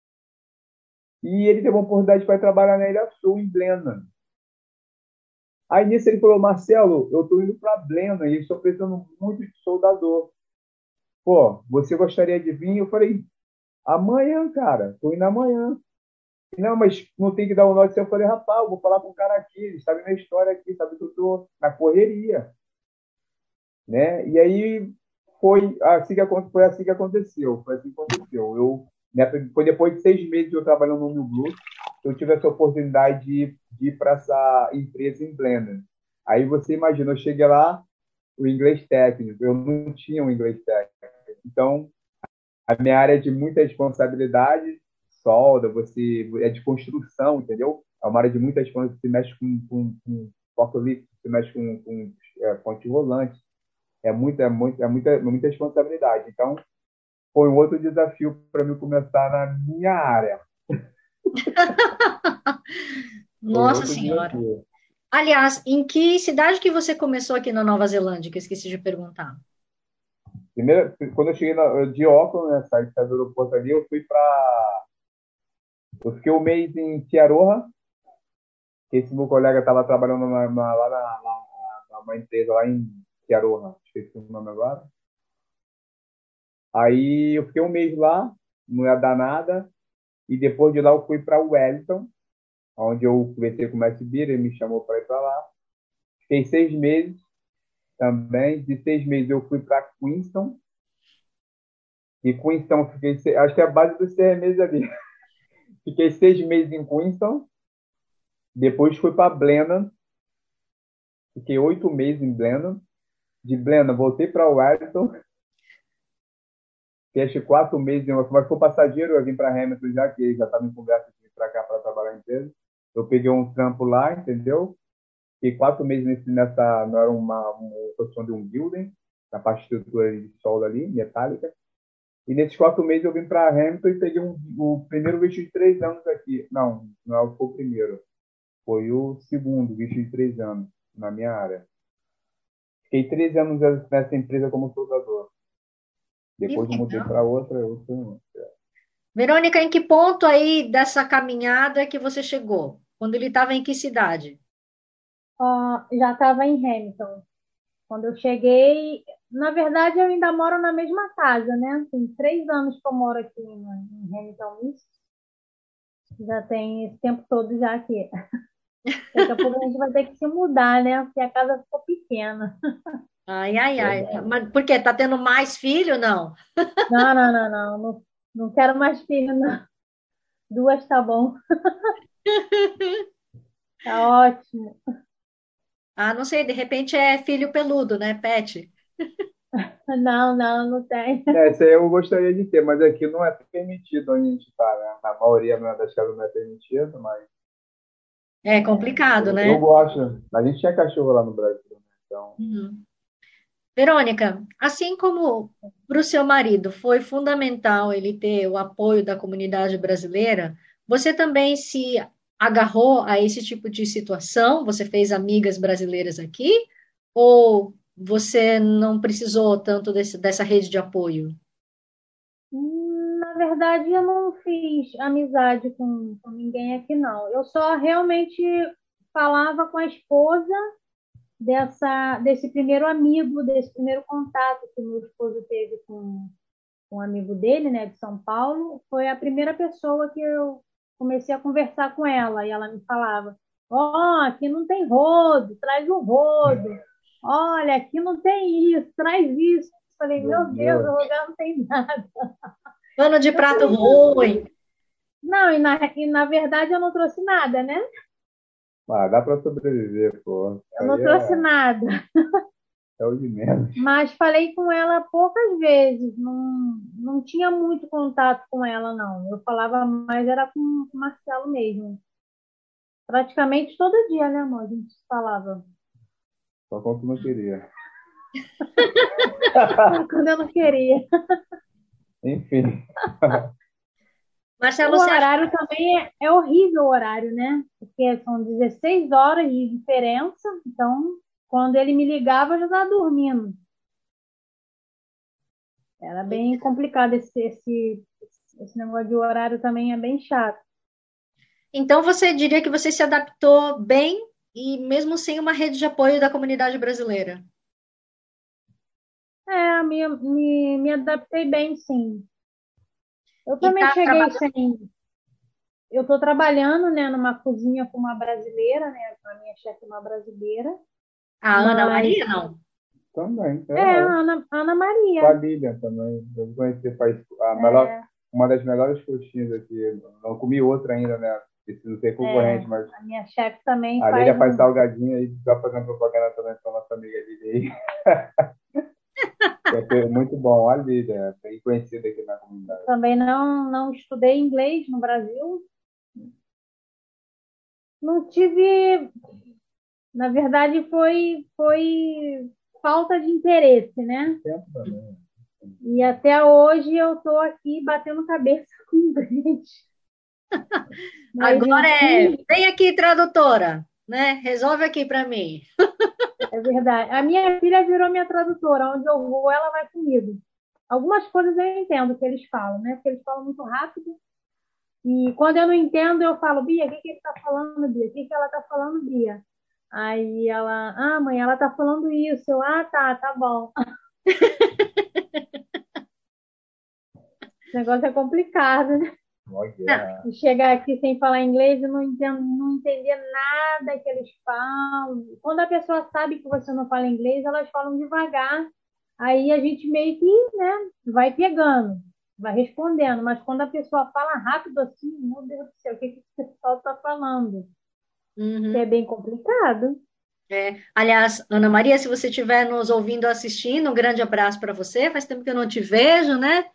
S5: e ele teve uma oportunidade para trabalhar na Ilha Sul, em Blenheim. Aí nisso ele falou, Marcelo, eu estou indo para Blenheim e estou precisando muito de soldador. Pô, você gostaria de vir? Eu falei, amanhã, cara, estou indo amanhã. Não, mas não tem que dar um norte. Eu falei, rapaz, eu vou falar com o cara aqui, ele sabe minha história aqui, sabe que eu estou na correria, né? E aí foi assim que aconteceu, foi assim que aconteceu. Né, foi depois de 6 meses eu trabalhando no New Blue, eu tive essa oportunidade de ir para essa empresa em Blender. Aí você imagina, eu cheguei lá, o inglês técnico, eu não tinha o inglês técnico. Então, a minha área é de muita responsabilidade, solda, você é de construção, entendeu? É uma área de muita responsabilidade, você mexe com forklift, você mexe com ponte rolante, muita responsabilidade. Então, foi um outro desafio para mim começar na minha área. Foi
S3: Nossa
S5: outro
S3: Senhora.
S5: desafio.
S3: Aliás, em que cidade que você começou aqui na Nova Zelândia, que eu esqueci de perguntar?
S5: Primeiro, quando eu cheguei de Auckland, né, saí do aeroporto ali, eu fiquei um mês em Tiaroha, que esse meu colega estava trabalhando lá numa empresa lá em Tiaroha, esqueci o nome agora. Aí eu fiquei um mês lá, não ia dar nada, e depois de lá eu fui para Wellington, onde eu conversei com o Mestre Bira, ele me chamou para ir para lá. Fiquei 6 meses também. De 6 meses eu fui para Queenstown. E Queenstown, acho que é a base dos 6 meses ali. Fiquei 6 meses em Queenstown. Depois fui para Blenheim. Fiquei 8 meses em Blenheim. De Blenheim voltei para Wellington. Fiquei acho que 4 meses, mas foi passageiro. Eu vim para Hamilton já, que já estava em conversa de vir para cá para trabalhar na empresa. Eu peguei um trampo lá, entendeu? Fiquei 4 meses não era uma construção de um building, na parte de estrutura de solda ali, metálica. E nesses 4 meses eu vim para Hamilton e peguei o primeiro visto de 3 anos aqui. Não, não foi o primeiro. Foi o segundo visto de 3 anos na minha área. Fiquei 13 anos nessa empresa como soldador.
S3: Que
S5: Depois eu mudei
S3: legal.
S5: para outra.
S3: Verônica, em que ponto aí dessa caminhada que você chegou? Quando ele estava em que cidade?
S4: Já estava em Hamilton. Quando eu cheguei, na verdade, eu ainda moro na mesma casa, né? Tem 3 anos que eu moro aqui em Hamilton East. Já tem esse tempo todo já aqui. Daqui a pouco a gente vai ter que se mudar, né? Porque a casa ficou pequena.
S3: Ai, ai, ai.
S5: Verdade.
S3: Mas por quê? Tá tendo mais filho? Não.
S4: Não, não, não, não. Não, não quero mais filho, não. Duas tá bom. Tá ótimo.
S3: Ah, não sei, de repente é filho peludo, né, Pet?
S4: Não, não, não tem.
S5: Essa aí eu gostaria de ter, mas aqui não é permitido onde a gente está, né? Na maioria das casas não é permitido, mas
S3: É complicado,
S5: eu
S3: né?
S5: gosto. A gente tinha cachorro lá no Brasil, né? Então,
S3: Uhum. Verônica, assim como para o seu marido foi fundamental ele ter o apoio da comunidade brasileira, você também se agarrou a esse tipo de situação? Você fez amigas brasileiras aqui? Ou você não precisou tanto dessa rede de apoio?
S4: Na verdade, eu não fiz amizade com ninguém aqui, não. Eu só realmente falava com a esposa desse primeiro amigo, desse primeiro contato que meu esposo teve com um amigo dele, né, de São Paulo. Foi a primeira pessoa que eu comecei a conversar com ela, e ela me falava: ó, aqui não tem rodo, traz o rodo. Olha, aqui não tem isso, traz isso. Falei:
S5: Meu
S4: meu Deus,
S5: Deus.
S4: o lugar não tem nada.
S3: Pano de
S4: Eu
S3: prato
S4: falei:
S3: ruim.
S4: não, e na verdade eu não trouxe nada, né?
S5: Ah, dá para sobreviver, pô. Isso
S4: Eu
S5: aí
S4: não trouxe nada.
S5: é o de menos.
S4: Mas falei com ela poucas vezes, não tinha muito contato com ela, não. Eu falava mais, era com o Marcelo mesmo. Praticamente todo dia, né, amor? A gente se falava.
S5: Só quando não queria.
S4: Quando eu não queria.
S5: Enfim.
S3: Marcelo,
S4: O
S3: você acha
S4: horário também é horrível o horário, né? Porque são 16 horas de diferença. Então, quando ele me ligava, eu já estava dormindo. Era bem complicado esse negócio de horário também é bem chato.
S3: Então, você diria que você se adaptou bem e mesmo sem uma rede de apoio da comunidade brasileira?
S4: Me adaptei bem, sim. Eu
S3: E
S4: também
S3: está
S4: cheguei
S3: trabalhando?
S4: sem. Eu estou trabalhando, né, numa cozinha com uma brasileira, né? A minha chefe é uma brasileira,
S3: A Ana
S4: mas
S3: Maria, não.
S5: Também,
S4: é a
S5: é.
S4: Ana
S5: Com a
S4: Maria.
S5: Lilian também. Eu conheci faz
S4: É,
S5: uma das melhores coxinhas aqui. Eu não comi outra ainda, né? Preciso ser concorrente, mas
S4: a minha chefe também
S5: a
S4: faz
S5: Lilian faz
S4: um.
S5: salgadinho aí, tá fazendo propaganda também para nossa amiga Lilian aí. Muito bom, a Lilian, é bem conhecida aqui na comunidade.
S4: Também não estudei inglês no Brasil. Não tive. Na verdade, foi falta de interesse, né?
S5: Tempo também.
S4: E até hoje eu estou aqui batendo cabeça com inglês. Mas,
S3: Agora
S4: enfim,
S3: vem aqui, tradutora, né? Resolve aqui para mim.
S4: é verdade. A minha filha virou minha tradutora. Onde eu vou, ela vai comigo. Algumas coisas eu entendo o que eles falam, né? Porque eles falam muito rápido. E quando eu não entendo, eu falo: Bia, o que ele está falando, Bia? O que ela está falando, Bia? Aí ela: ah, mãe, ela está falando isso. Eu: ah, tá bom. O negócio é complicado, né?
S3: Não,
S5: Olha,
S4: E chegar aqui sem falar inglês e não entender nada que eles falam. Quando a pessoa sabe que você não fala inglês, elas falam devagar. Aí a gente meio que, né, vai pegando, vai respondendo. Mas quando a pessoa fala rápido assim, meu Deus do céu, o que esse pessoal está falando? É
S3: uhum.
S4: bem complicado.
S3: É. Aliás, Ana Maria, se você estiver nos ouvindo, assistindo, um grande abraço para você. Faz tempo que eu não te vejo, né?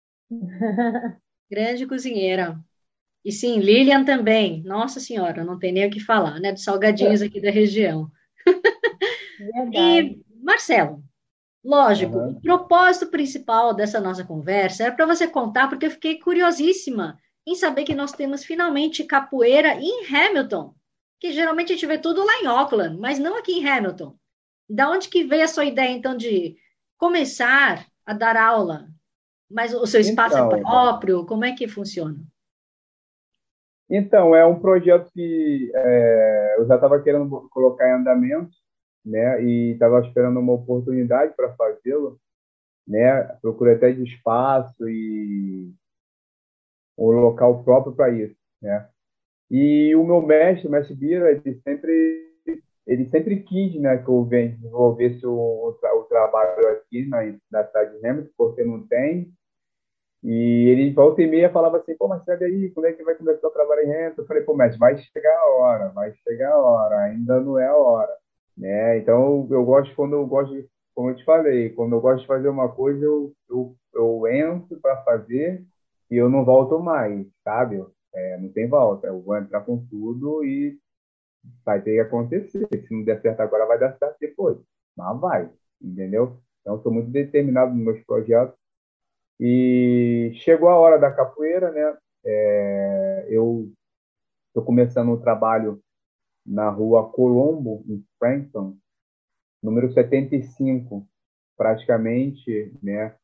S3: Grande cozinheira. E sim, Lilian também. Nossa Senhora, não tem nem o que falar, né? Dos salgadinhos aqui da região.
S4: Verdade.
S3: E, Marcelo, lógico, o
S5: aham.
S3: propósito principal dessa nossa conversa era para você contar, porque eu fiquei curiosíssima em saber que nós temos finalmente capoeira em Hamilton, que geralmente a gente vê tudo lá em Auckland, mas não aqui em Hamilton. Da onde que veio a sua ideia, então, de começar a dar aula? Mas o seu espaço é
S5: Então,
S3: próprio? Como é que funciona?
S5: então, é um projeto que eu já estava querendo colocar em andamento, né? E estava esperando uma oportunidade para fazê-lo, né? Procurei até de espaço e um local próprio para isso, né? E o meu mestre, o mestre Bira, ele sempre quis, né, que eu desenvolvesse o trabalho aqui na cidade de Hamilton, porque não tem. E ele, volta e meia, falava assim: pô, mas chega aí, quando é que vai começar o trabalho em Hamilton? Eu falei: pô, mas vai chegar a hora, vai chegar a hora, ainda não é a hora, né? Então, eu gosto, quando eu gosto, como eu te falei, quando eu gosto de fazer uma coisa, eu entro para fazer e eu não volto mais, sabe? Não tem volta, eu vou entrar com tudo e vai ter que acontecer. Se não der certo agora, vai dar certo depois. Mas vai, entendeu? Então, eu sou muito determinado nos meus projetos. E chegou a hora da capoeira, né? Eu estou começando um trabalho na rua Colombo, em Frankton, número 75, praticamente, né?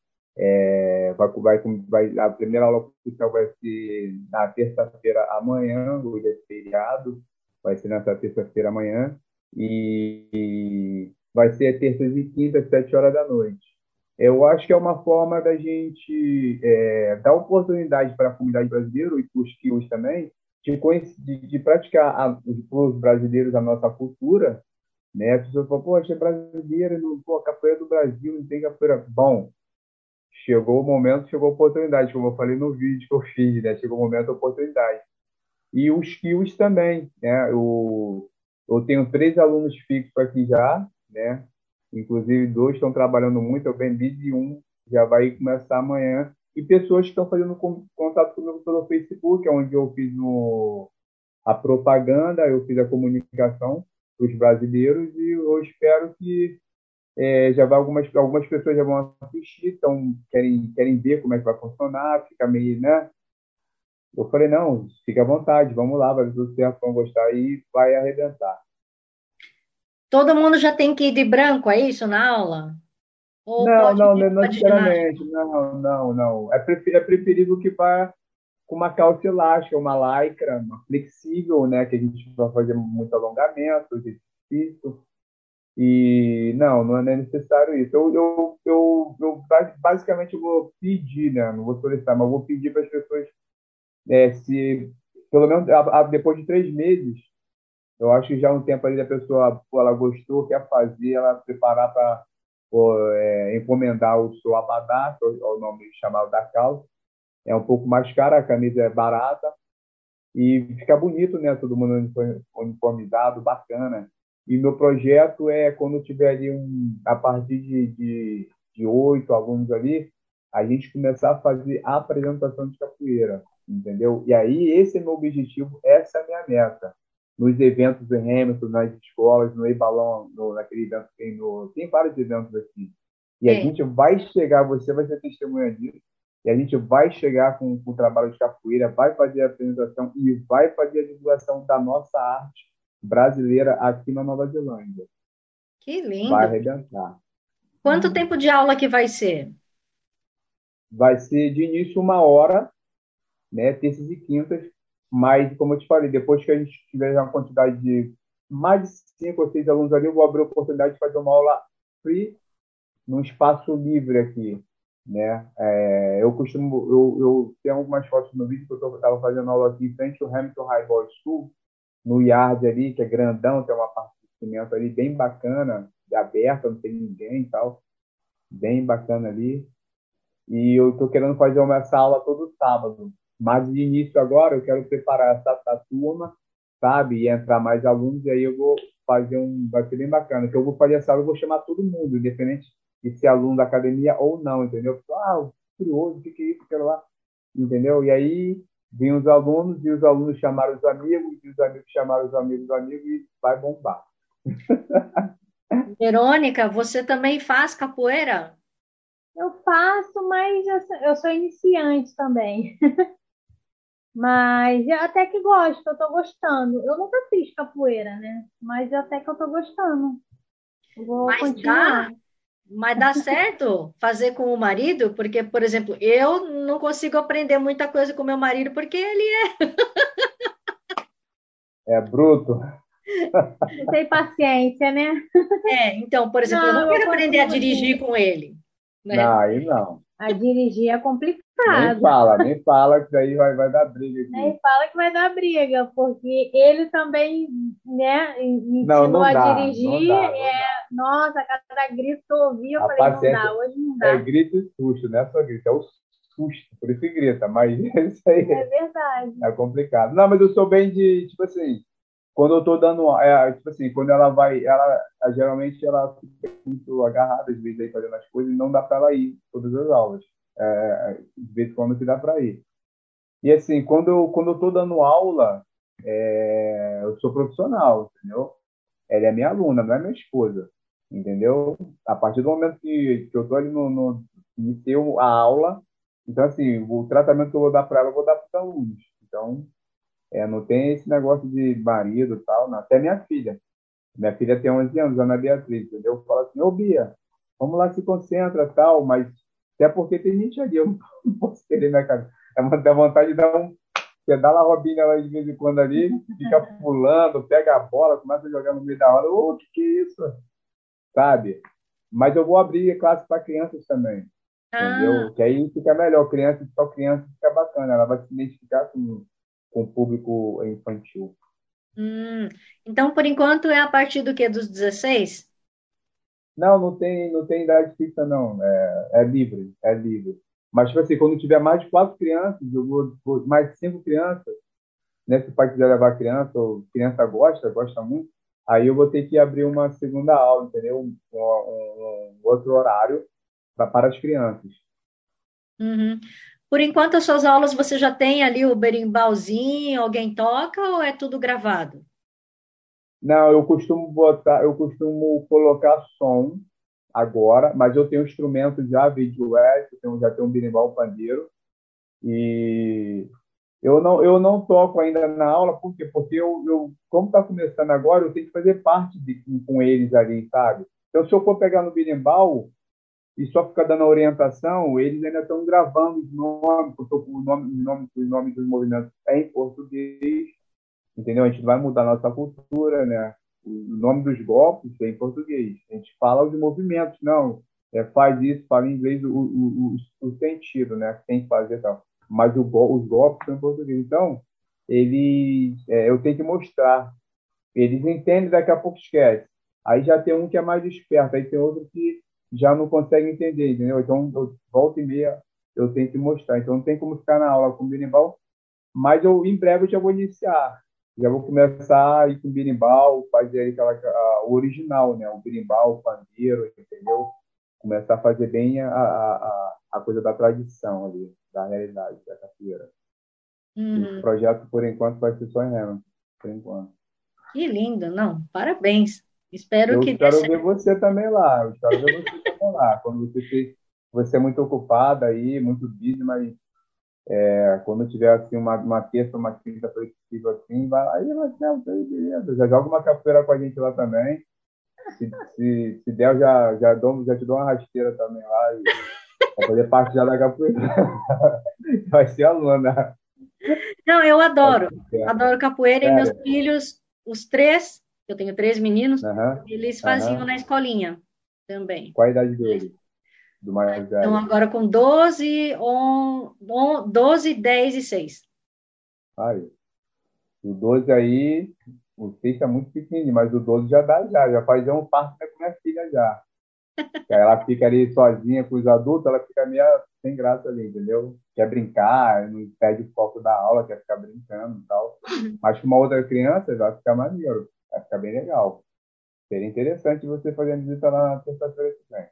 S5: A primeira aula oficial vai ser na terça-feira amanhã, hoje é feriado, vai ser nessa terça-feira amanhã. e vai ser terças e quintas, 7 horas da noite. Eu acho que é uma forma da gente dar oportunidade para a comunidade brasileira e para os quios também de praticar os brasileiros a nossa cultura, né? A pessoa fala, poxa, é brasileiro, não, pô, capoeira do Brasil, não tem capoeira. Bom, chegou o momento, chegou a oportunidade, como eu falei no vídeo que eu fiz, né? Chegou o momento, a oportunidade. E os quios também, né? Eu tenho 3 alunos fixos aqui já, né? Inclusive 2 estão trabalhando muito, eu vendi de um, já vai começar amanhã. E pessoas que estão fazendo contato comigo pelo Facebook, onde eu fiz a propaganda, eu fiz a comunicação para os brasileiros e eu espero que já vai algumas pessoas já vão assistir, então querem ver como é que vai funcionar, fica meio, né? Eu falei, não, fica à vontade, vamos lá, vai dar tudo certo, vão gostar e vai arrebentar.
S3: Todo mundo já tem que ir de branco, é isso, na aula? Ou
S5: Não,
S3: pode
S5: não,
S3: ir
S5: não
S3: de ginástica?
S5: necessariamente, não, não, não. É preferível que vá com uma calça elástica, uma lycra, uma flexível, né, que a gente vai fazer muito alongamento, exercício, e não é necessário isso. Basicamente eu vou pedir, né, não vou solicitar, mas eu vou pedir para as pessoas, se, pelo menos depois de 3 meses, eu acho que já é um tempo ali da pessoa, pô, ela gostou, quer fazer, ela preparar para encomendar o seu abadá, que é o nome chamado da calça. É um pouco mais cara, a camisa é barata e fica bonito, né? Todo mundo uniformizado, bacana. E meu projeto é, quando tiver ali a partir de 8 alunos ali, a gente começar a fazer a apresentação de capoeira, entendeu? E aí, esse é meu objetivo, essa é a minha meta. Nos eventos em Hamilton, nas escolas, no Eibalão, naquele evento que tem vários eventos aqui. E a
S3: Sim.
S5: gente vai chegar, você vai ser testemunha disso, e a gente vai chegar com o trabalho de capoeira, vai fazer a apresentação e vai fazer a divulgação da nossa arte brasileira aqui na Nova Zelândia.
S3: Que
S5: Vai
S3: lindo.
S5: arrebentar.
S3: Quanto tempo de aula que vai ser?
S5: Vai ser de início 1 hora, né, terças e quintas, mas, como eu te falei, depois que a gente tiver uma quantidade de mais de 5 ou 6 alunos ali, eu vou abrir a oportunidade de fazer uma aula free num espaço livre aqui, né? Eu tenho algumas fotos no vídeo que eu estava fazendo aula aqui em frente ao Hamilton High Boys School, no yard ali, que é grandão, tem uma parte de cimento ali bem bacana, aberta, não tem ninguém e tal, bem bacana ali. E eu estou querendo fazer essa aula todo sábado. Mas de início agora eu quero preparar essa turma, sabe? E entrar mais alunos, e aí eu vou fazer vai ser bem bacana. Que eu vou fazer essa aula, eu vou chamar todo mundo, independente de ser aluno da academia ou não, entendeu? Curioso, o que é isso, quero lá, entendeu? E aí vêm os alunos, e os alunos chamaram os amigos, e os amigos chamaram os amigos do amigo, e vai bombar.
S3: Verônica, você também faz capoeira?
S4: Eu faço, mas eu sou iniciante também. Mas eu até que gosto, eu tô gostando. Eu nunca fiz capoeira, né? Mas até que eu tô gostando. Eu vou
S3: Mas dá,
S4: continuar.
S3: mas dá certo fazer com o marido? Porque, por exemplo, eu não consigo aprender muita coisa com meu marido porque ele
S5: É bruto.
S4: Não tem paciência, né?
S3: Então, por exemplo, eu não
S4: Não, eu
S3: quero aprender a
S4: consigo
S3: dirigir
S4: sim.
S3: com ele, né?
S5: Não, aí não.
S4: A dirigir é
S5: Nem
S4: complicado.
S5: fala, nem fala, que daí vai dar briga aqui.
S4: Nem fala que vai dar briga, porque ele também, né, me
S5: Não,
S4: ensinou
S5: não
S4: a
S5: dá, não
S4: dirigir.
S5: dá, não dá.
S4: Nossa, cada grito que eu ouvi, eu
S5: A
S4: falei, não
S5: paciência
S4: dá, hoje não
S5: é
S4: dá.
S5: grito e susto, não é só grito, é o susto, por isso que grita, mas isso aí
S4: É verdade.
S5: é complicado. Não, mas eu sou bem de, tipo assim, quando eu tô dando, tipo assim, quando ela vai, geralmente ela fica muito agarrada, às vezes, aí fazendo as coisas, e não dá para ela ir todas as aulas. De vez em quando que dá para ir. E assim, quando eu tô dando aula, eu sou profissional, entendeu? Ela é minha aluna, não é minha esposa, entendeu? A partir do momento que eu tô ali iniciei a aula, então assim, o tratamento que eu vou dar para ela, eu vou dar para os alunos. Então, não tem esse negócio de marido e tal, não. Até minha filha. Minha filha tem 11 anos, Ana Beatriz, entendeu? Eu falo assim, ô Bia, vamos lá, se concentra tal, mas até porque tem gente ali, eu não posso querer minha cara. Dá vontade de dar um Você dá lá Robinha lá de vez em quando ali, fica pulando, pega a bola, começa a jogar no meio da hora. Ô, que é isso? Sabe? Mas eu vou abrir classe para crianças também,
S3: Ah,
S5: entendeu? Que aí fica melhor. Criança, só criança fica bacana. Ela vai se identificar com o público infantil.
S3: hum. Então, por enquanto, é a partir do quê? Dos 16?
S5: Não, não tem idade fixa, não. É livre, é livre. Mas, tipo assim, quando tiver mais de 4 crianças, eu vou mais de 5 crianças, né? Se o pai quiser levar criança, ou criança gosta muito, aí eu vou ter que abrir uma segunda aula, entendeu? Um outro horário para as crianças.
S3: Uhum. Por enquanto, as suas aulas você já tem ali o berimbauzinho, alguém toca ou é tudo gravado?
S5: Não, eu costumo colocar som agora, mas eu tenho instrumento já, vídeo já tenho um berimbau, um pandeiro, e eu não toco ainda na aula, por quê? Porque como está começando agora, eu tenho que fazer parte com eles ali, sabe? Então, se eu for pegar no berimbau e só ficar dando a orientação, eles ainda estão gravando os nomes, porque os nomes dos movimentos é em português, entendeu? A gente vai mudar a nossa cultura, né? O nome dos golpes é em português. A gente fala os movimentos, não. Faz isso, fala em inglês o sentido, né? Que tem que fazer e tal. Mas os golpes são em português. Então, eu tenho que mostrar. Eles entendem, daqui a pouco esquece. Aí já tem um que é mais esperto, aí tem outro que já não consegue entender, entendeu? Então, volta e meia, eu tenho que mostrar. Então, não tem como ficar na aula com o berimbau, mas em breve eu já vou iniciar. Já vou começar a ir com o berimbau, fazer o original, né? O berimbau, o pandeiro, entendeu? Começar a fazer bem a coisa da tradição ali, da realidade da capoeira. E o
S3: Uhum.
S5: projeto, por enquanto, vai ser só em Rema, por enquanto.
S3: Que lindo, não, parabéns. Espero
S5: Eu
S3: que dê
S5: espero ver
S3: certo.
S5: você também lá. Eu espero ver você também lá. Você é muito ocupada aí, muito busy, mas quando tiver assim uma terça, uma quinta flexível assim, vai aí, Marcelo, tá aí, beleza. Já joga uma capoeira com a gente lá também. Se der, já te dou uma rasteira também lá, para fazer parte já da capoeira. Vai ser aluna.
S3: Não, eu
S5: Vai
S3: adoro,
S5: ser certo.
S3: adoro capoeira e meus
S5: Sério.
S3: filhos, os três, eu tenho três meninos,
S5: Aham,
S3: eles faziam
S5: aham.
S3: na escolinha também.
S5: Qual a idade dele? Do mais
S3: Então,
S5: velho?
S3: agora com 12, 10 e 6.
S5: Aí. O 12 aí, o 6 está muito pequenininho, mas o 12 já faz um parto com minha filha já. Que aí ela fica ali sozinha com os adultos, ela fica meio sem graça ali, entendeu? Quer brincar, não perde o foco da aula, quer ficar brincando e tal. Mas com uma outra criança vai ficar maneiro, vai ficar bem legal. Seria interessante você fazendo visita lá na terça-feira que vem.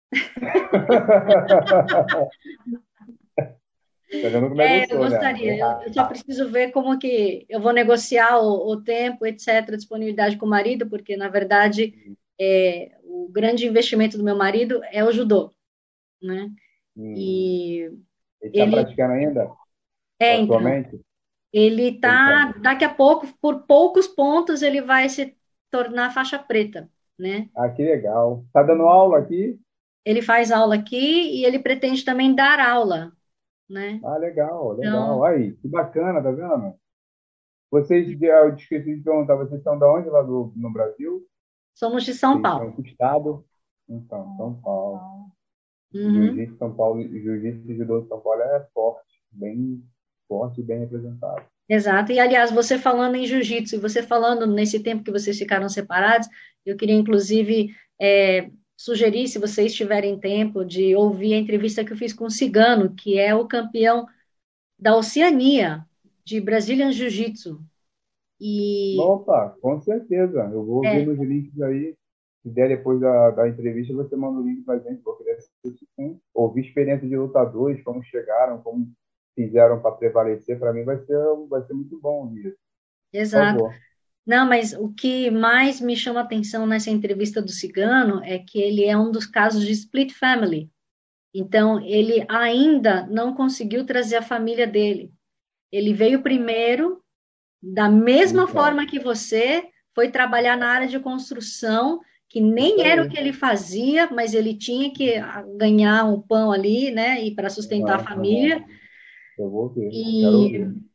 S5: Tá vendo como é que eu
S3: Eu
S5: sou, né?
S3: gostaria,
S5: Bem
S3: eu só
S5: rápido.
S3: preciso ver como que eu vou negociar o tempo, etc., a disponibilidade com o marido, porque, na verdade, o grande investimento do meu marido é o judô, né?
S5: Hum.
S3: E
S5: Ele está
S3: ele,
S5: praticando ainda,
S3: então,
S5: atualmente?
S3: ele
S5: Ele tá...
S3: tá, daqui a pouco, por poucos pontos, ele vai se tornar faixa preta, né?
S5: Ah, que legal. Tá dando aula aqui?
S3: Ele faz aula aqui e ele pretende também dar aula, né?
S5: Ah, legal,
S3: Então,
S5: legal. Aí, que bacana, tá vendo? Eu esqueci de perguntar, vocês são de onde lá no Brasil?
S3: somos de São
S5: Vocês são
S3: Paulo.
S5: em que estado? Então, São Paulo.
S3: Uhum.
S5: Jiu-jitsu e judô de São Paulo é bem forte e bem representado.
S3: Exato. E, aliás, você falando em jiu-jitsu, e você falando nesse tempo que vocês ficaram separados, eu queria, inclusive, sugerir, se vocês tiverem tempo, de ouvir a entrevista que eu fiz com o Cigano, que é o campeão da Oceania de Brazilian Jiu-Jitsu. E,
S5: Opa, com certeza. Eu vou ver
S3: é,
S5: nos links aí. Se der depois da entrevista, você manda o link pra gente, vou querer assistir, sim. Ouvir experiência de lutadores, como chegaram, como fizeram para prevalecer, para mim vai ser muito bom ouvir isso. Por
S3: exato.
S5: favor.
S3: Não, mas o que mais me chama a atenção nessa entrevista do Cigano é que ele é um dos casos de split family. Então, ele ainda não conseguiu trazer a família dele. Ele veio primeiro, da mesma
S5: Então,
S3: forma que você, foi trabalhar na área de construção, que
S5: isso
S3: nem era o
S5: aí.
S3: que ele fazia, mas ele tinha que ganhar um pão ali, né, e para sustentar a
S5: Aham, aham.
S3: família.
S5: Eu vou ver, quero
S3: E
S5: ouvir.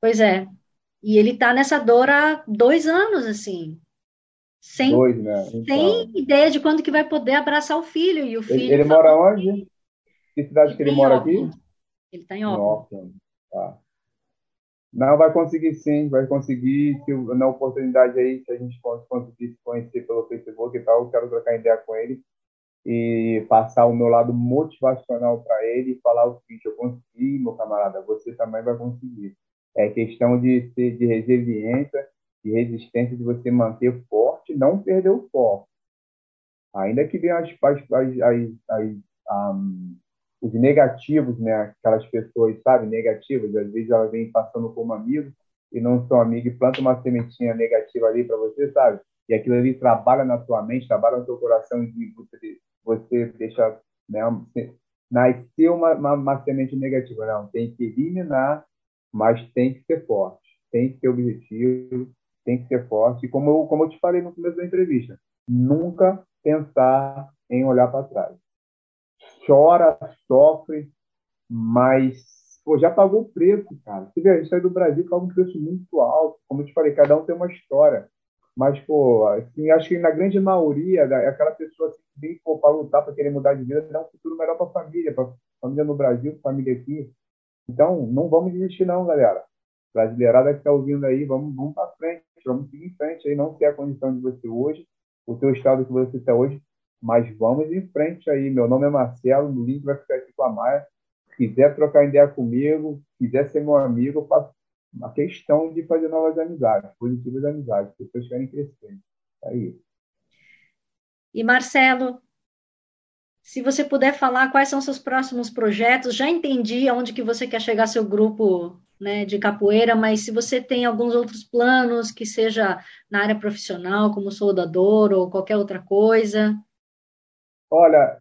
S3: Pois é. E ele tá nessa dor há 2 anos, assim, sem,
S5: Dois, né?
S3: sem
S5: Então,
S3: ideia de quando que vai poder abraçar o filho. E o filho
S5: ele mora
S3: falou
S5: onde? Que cidade
S3: que
S5: que ele
S3: tem em
S5: mora aqui?
S3: Auckland. Ele tá em
S5: Em
S3: Auckland.
S5: Auckland. Tá. Não, vai conseguir sim, vai conseguir. Se na oportunidade aí, se a gente conseguir se conhecer pelo Facebook e tal, eu quero trocar ideia com ele e passar o meu lado motivacional para ele e falar o seguinte: eu consegui, meu camarada, você também vai conseguir. É questão de resiliência, de resistência, de você manter forte, não perder o foco. Ainda que venham os negativos, né? Aquelas pessoas, sabe, negativas, às vezes elas vêm passando como amigo e não são amigo e planta uma sementinha negativa ali para você, sabe? E aquilo ali trabalha na sua mente, trabalha no seu coração e você deixa, né, nascer uma semente negativa. Não, tem que eliminar, mas tem que ser forte, tem que ter objetivo, tem que ser forte. E como eu te falei no começo da entrevista, nunca pensar em olhar para trás. Chora, sofre, mas pô, já pagou o preço, cara. Você vê, a gente sai do Brasil, paga um preço muito alto. Como eu te falei, cada um tem uma história. Mas, pô, assim, acho que na grande maioria, aquela pessoa assim, que vem para lutar, para querer mudar de vida, dar um futuro melhor para a família no Brasil, família aqui. Então, não vamos desistir, não, galera. Brasileirada que está ouvindo aí, vamos para frente, vamos seguir em frente aí. Não sei a condição de você hoje, o teu estado que você está hoje, mas vamos em frente aí. Meu nome é Marcelo, o link vai ficar aqui com a Maia. Se quiser trocar ideia comigo, se quiser ser meu amigo, eu faço uma questão de fazer novas amizades, positivas amizades, pessoas querem crescer. É isso.
S3: E Marcelo, se você puder falar quais são seus próximos projetos, já entendi aonde que você quer chegar seu grupo, né, de capoeira, mas se você tem alguns outros planos, que seja na área profissional, como soldador ou qualquer outra coisa.
S5: Olha,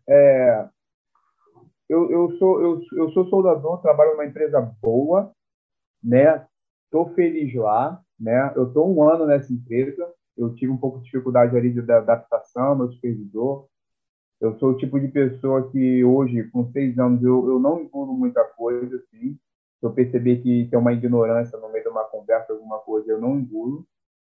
S5: eu sou soldador, trabalho numa empresa boa, né? Estou feliz lá, né? Eu estou um ano nessa empresa. Eu tive um pouco de dificuldade ali de adaptação, meu supervisor. Eu sou o tipo de pessoa que hoje, com 6 anos, eu não engulo muita coisa, assim. Se eu perceber que tem uma ignorância no meio de uma conversa, alguma coisa, eu não engulo.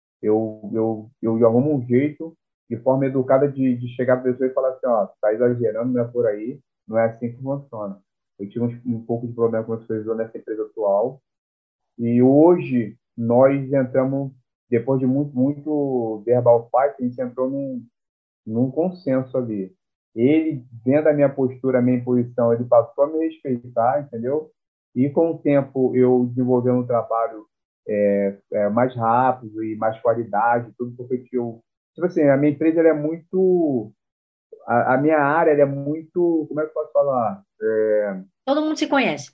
S5: Eu arrumo um jeito, de forma educada, de chegar para a pessoa e falar assim, ó, tá exagerando, não é por aí, não é assim que funciona. Eu tive um pouco de problema com o supervisor nessa empresa atual, e hoje nós entramos, depois de muito verbal fight, a gente entrou num consenso ali. Ele, vendo a minha postura, a minha posição, ele passou a me respeitar, entendeu? E com o tempo eu desenvolvendo um trabalho mais rápido e mais qualidade, tudo porque eu. Tipo assim, a minha empresa ela é muito. A minha área ela é muito. Como é que eu posso falar?
S3: Todo mundo se conhece.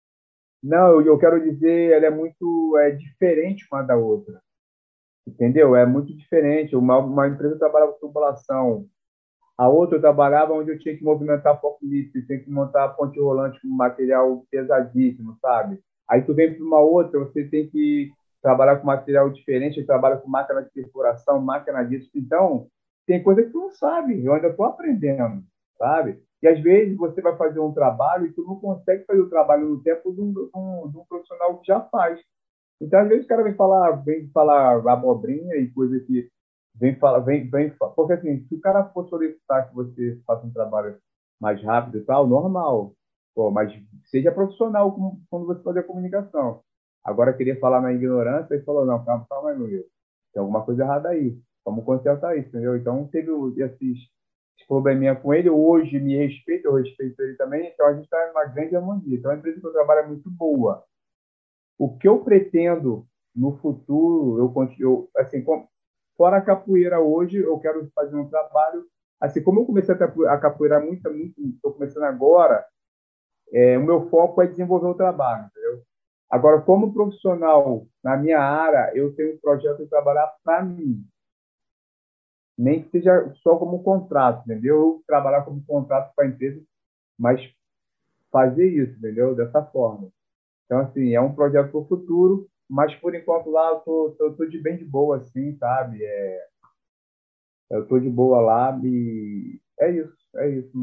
S5: Não, eu quero dizer, ela é muito diferente uma da outra. Entendeu? É muito diferente. Uma empresa trabalha com tubulação, a outra eu trabalhava onde eu tinha que movimentar forklift, tinha que montar ponte rolante com material pesadíssimo, sabe? Aí tu vem para uma outra, você tem que trabalhar com material diferente, trabalha com máquina de perfuração, máquina disso. Então, tem coisa que tu não sabe, eu ainda estou aprendendo, sabe? E às vezes você vai fazer um trabalho e tu não consegue fazer o trabalho no tempo de um profissional que já faz. Então, às vezes, o cara vem falar abobrinha e coisa que vem falar, porque assim, se o cara for solicitar que você faça um trabalho mais rápido e tal, normal. Pô, mas seja profissional quando você fazer a comunicação. Agora, queria falar na ignorância e falou, não, calma, calma aí, meu Deus. Tem alguma coisa errada aí. Vamos consertar isso, entendeu? Então, teve esses probleminha com ele. Hoje, me respeito, eu respeito ele também. Então, a gente está em uma grande harmonia. Então, a empresa que eu trabalho é muito boa. O que eu pretendo no futuro, eu continuo, assim, fora a capoeira hoje, eu quero fazer um trabalho, assim, como eu comecei a capoeira muito, estou começando agora, o meu foco é desenvolver o trabalho, entendeu? Agora, como profissional na minha área, eu tenho um projeto de trabalhar para mim, nem que seja só como contrato, entendeu? Eu trabalhar como contrato para a empresa, mas fazer isso, entendeu? Dessa forma. Então, assim, é um projeto para o futuro, mas por enquanto lá eu tô de bem de boa, assim, sabe? Eu tô de boa lá e é isso, é isso.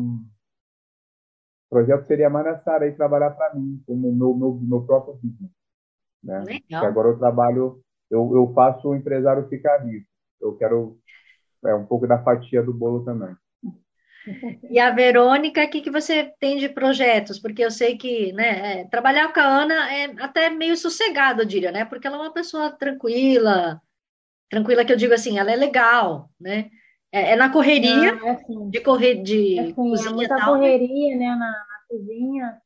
S5: O projeto seria mais nessa área aí, trabalhar para mim, como meu próprio business. né?
S3: Legal.
S5: Que agora eu trabalho, eu faço o empresário ficar rico. Eu quero um pouco da fatia do bolo também.
S3: E a Verônica, o que que você tem de projetos? Porque eu sei que, né, trabalhar com a Ana é até meio sossegado, eu diria, né? Porque ela é uma pessoa tranquila, tranquila que eu digo assim, ela é legal, né? É na correria
S4: Não, é assim,
S3: de
S4: é
S3: cozinha e
S4: muita
S3: tal, né?
S4: correria, né, na cozinha.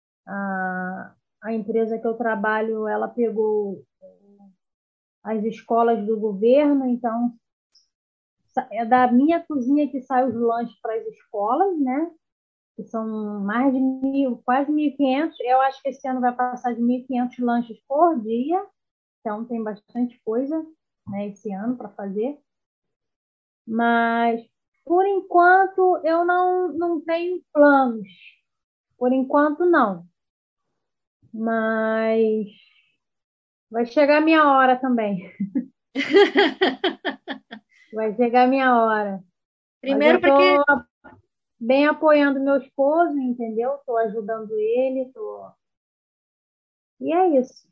S4: A empresa que eu trabalho, ela pegou as escolas do governo, então é da minha cozinha que saem os lanches para as escolas, né? Que são mais de 1.000, quase 1.500. Eu acho que esse ano vai passar de 1.500 lanches por dia, então tem bastante coisa, né, esse ano para fazer. Mas, por enquanto, eu não tenho planos. Por enquanto, não. Mas vai chegar a minha hora também. Vai chegar a minha hora. Mas
S3: Primeiro
S4: eu
S3: porque
S4: estou bem apoiando meu esposo, entendeu? Estou ajudando ele. E é isso.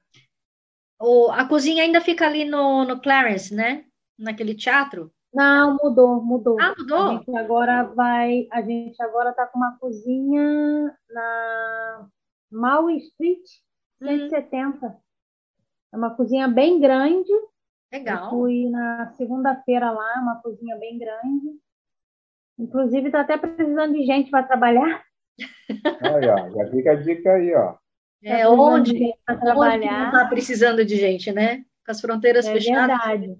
S3: a cozinha ainda fica ali no Clarence, né? Naquele teatro.
S4: Não, mudou, mudou.
S3: Ah, mudou?
S4: A gente agora está com uma cozinha na Mauer Street
S3: Hum,
S4: 170. É uma cozinha bem grande. Eu
S3: legal.
S4: fui na segunda-feira lá, uma cozinha bem grande. Inclusive, está até precisando de gente para trabalhar.
S5: Aí, ó, já fica a dica aí, ó.
S4: Está
S3: É
S4: precisando de
S3: onde?
S4: gente para
S3: Onde que não
S4: trabalhar.
S3: está precisando de gente, né? Com as fronteiras
S4: É
S3: fechadas.
S4: verdade.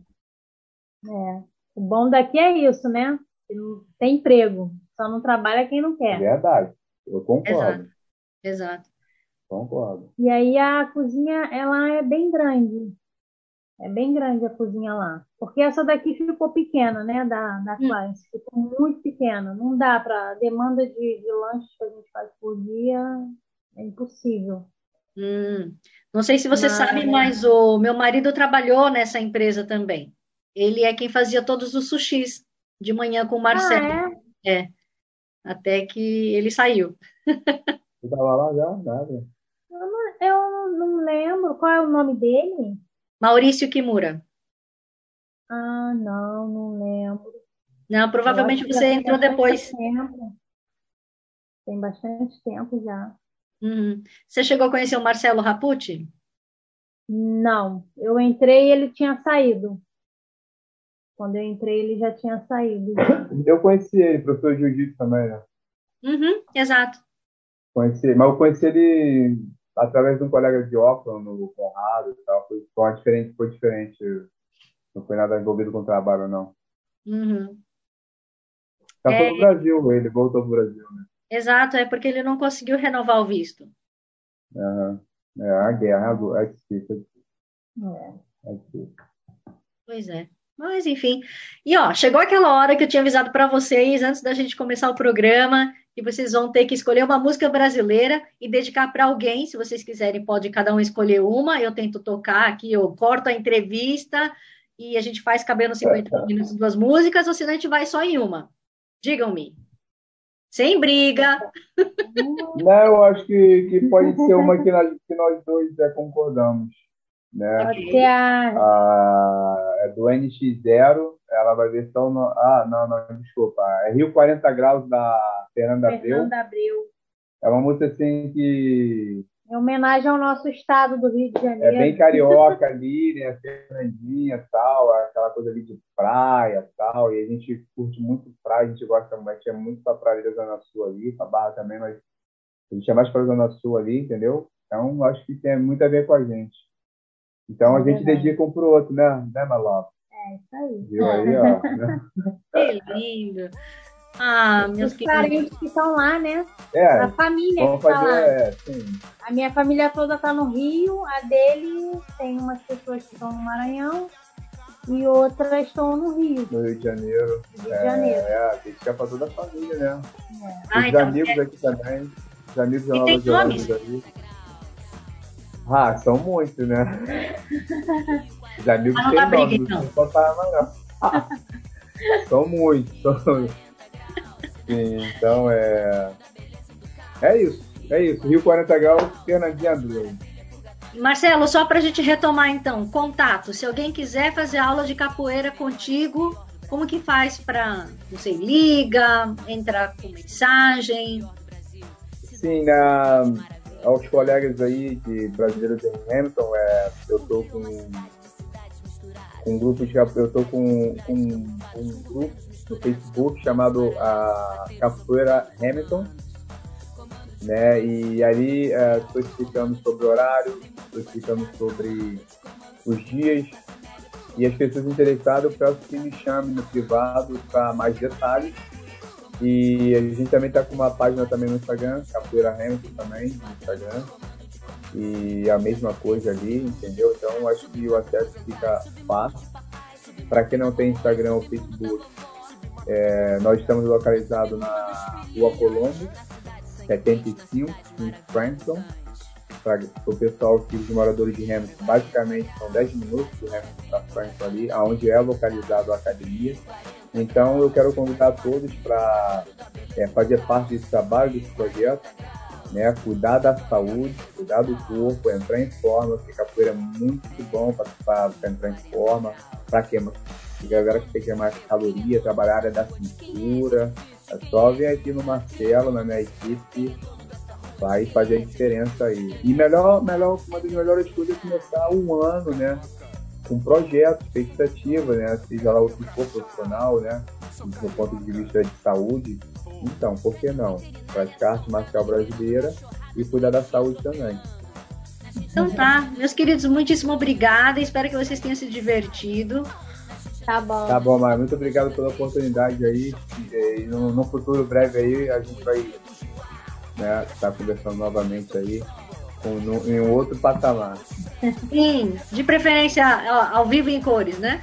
S4: É. O bom daqui é isso, né? Que não tem emprego. Só não trabalha quem não
S5: É
S4: quer.
S5: verdade. Eu
S3: Exato,
S5: concordo.
S3: exato.
S5: Concordo.
S4: E aí a cozinha, ela é bem grande. É bem grande a cozinha lá. Porque essa daqui ficou pequena, né? Da
S3: Hum,
S4: Clarence. Ficou muito pequena. Não dá para. Demanda de lanches que a gente faz por dia é impossível.
S3: hum. Não sei se você sabe,
S4: Mas.
S3: mas o meu marido trabalhou nessa empresa também. Ele é quem fazia todos os sushis de manhã com o
S4: Ah,
S3: Marcelo.
S4: é?
S3: É, até que ele saiu.
S5: Você tava lá já? Nada.
S4: Eu não lembro. Qual é o nome dele?
S3: Maurício Kimura.
S4: Ah, não lembro.
S3: Não,
S4: Eu acho
S3: provavelmente
S4: que já
S3: você
S4: tem
S3: entrou
S4: bastante
S3: depois.
S4: tempo. Tem bastante tempo já.
S3: Uhum. Você chegou a conhecer o Marcelo Rapucci?
S4: Não, eu entrei e ele tinha saído. Quando eu entrei, ele já tinha saído.
S5: Eu conheci ele, professor de jiu-jitsu também, né?
S3: Uhum, exato.
S5: Conheci, mas eu conheci ele através de um colega de Auckland, no Conrado e tal. Foi diferente. Não foi nada envolvido com trabalho, não.
S3: Uhum.
S5: Já foi
S3: É,
S5: pro Brasil, ele voltou pro Brasil, né?
S3: exato, é porque ele não conseguiu renovar o visto.
S5: Aham. É, a guerra é difícil.
S4: É.
S5: É difícil.
S3: Pois é. Mas, enfim. E, ó, chegou aquela hora que eu tinha avisado para vocês, antes da gente começar o programa, que vocês vão ter que escolher uma música brasileira e dedicar para alguém. Se vocês quiserem, pode cada um escolher uma. Eu tento tocar aqui, eu corto a entrevista e a gente faz caber nos 50 minutos duas músicas, ou senão a gente vai só em uma. Digam-me. Sem briga.
S5: Não, eu acho que pode ser uma que nós dois concordamos, né?
S4: Pode ser a
S5: É do NX0, ela vai ver só no... Ah, não, desculpa. É Rio 40 Graus, da Fernanda Abreu.
S4: Fernanda Abreu.
S5: É uma música assim que
S4: Em homenagem ao nosso estado do Rio de
S5: é bem
S4: Janeiro.
S5: carioca ali, né? Fernandinha e tal, aquela coisa ali de praia e tal. E a gente curte muito praia, a gente gosta, a gente é muito pra praia da Zona Sul ali, pra Barra também, mas a gente é mais pra Zona Sul ali, entendeu? Então, acho que tem muito a ver com a gente. Então, a
S4: É
S5: gente
S4: verdade.
S5: dedica um pro outro, né? Né, my love?
S4: É isso aí.
S5: Viu aí, ó? Né?
S3: Que lindo. Ah, meus
S4: Os
S3: queridos.
S4: parentes que estão lá, né? A
S5: É,
S4: família que
S5: vamos
S4: está
S5: fazer,
S4: lá.
S5: sim,
S4: A minha família toda está no Rio, a dele tem umas pessoas que estão no Maranhão e outras estão no Rio,
S5: no Rio de Janeiro.
S4: Rio de Janeiro.
S5: Tem que ficar pra toda a família, né?
S3: Ah,
S5: Os
S3: então.
S5: amigos aqui também, os amigos da
S3: E
S5: Nova
S3: tem nomes?
S5: Zelândia ali. Ah, são muitos, né? Os amigos
S3: Ah, não
S5: têm
S3: dá briga,
S5: nome, não
S3: então.
S5: sei contar mais não. São muitos. Sim, então é isso. É isso. Rio 40 Graus, Fernandinha Abreu.
S3: Marcelo, só para a gente retomar então, contato. Se alguém quiser fazer aula de capoeira contigo, como que faz para, não sei, liga, entra com mensagem?
S5: Sim, aos colegas aí de brasileiros em Hamilton, eu estou com um grupo no Facebook chamado Capoeira Hamilton, né? E ali estou explicando sobre o horário, estou explicando sobre os dias, e as pessoas interessadas eu peço que me chamem no privado para mais detalhes. E a gente também está com uma página também no Instagram, Capoeira Hamilton também no Instagram, e a mesma coisa ali, entendeu? Então acho que o acesso fica fácil. Para quem não tem Instagram ou Facebook, nós estamos localizados na Rua Colombo 75, em Frankton. Para o pessoal que os moradores de Hamilton, basicamente são 10 minutos do Hamilton para Frankton ali, onde é localizado a academia. Então eu quero convidar todos para fazer parte desse trabalho, desse projeto, né? Cuidar da saúde, cuidar do corpo, entrar em forma, porque capoeira é muito bom para entrar em forma, para queimar. A galera que quer queimar caloria, trabalhar a área da cintura, é só vir aqui no Marcelo, na minha equipe, vai fazer a diferença aí. E uma das melhores coisas é começar um ano, né? Com projeto, expectativa, né? Seja lá o que for profissional, né? Do ponto de vista de saúde. Então, por que não? Praticar arte marcial brasileira e cuidar da saúde também.
S3: Então tá, meus queridos, muitíssimo obrigada. Espero que vocês tenham se divertido.
S4: Tá bom.
S5: Tá bom, Maia. Muito obrigado pela oportunidade aí. E no futuro breve aí a gente vai estar conversando novamente aí em um outro patamar.
S3: Sim, de preferência ao vivo em cores, né?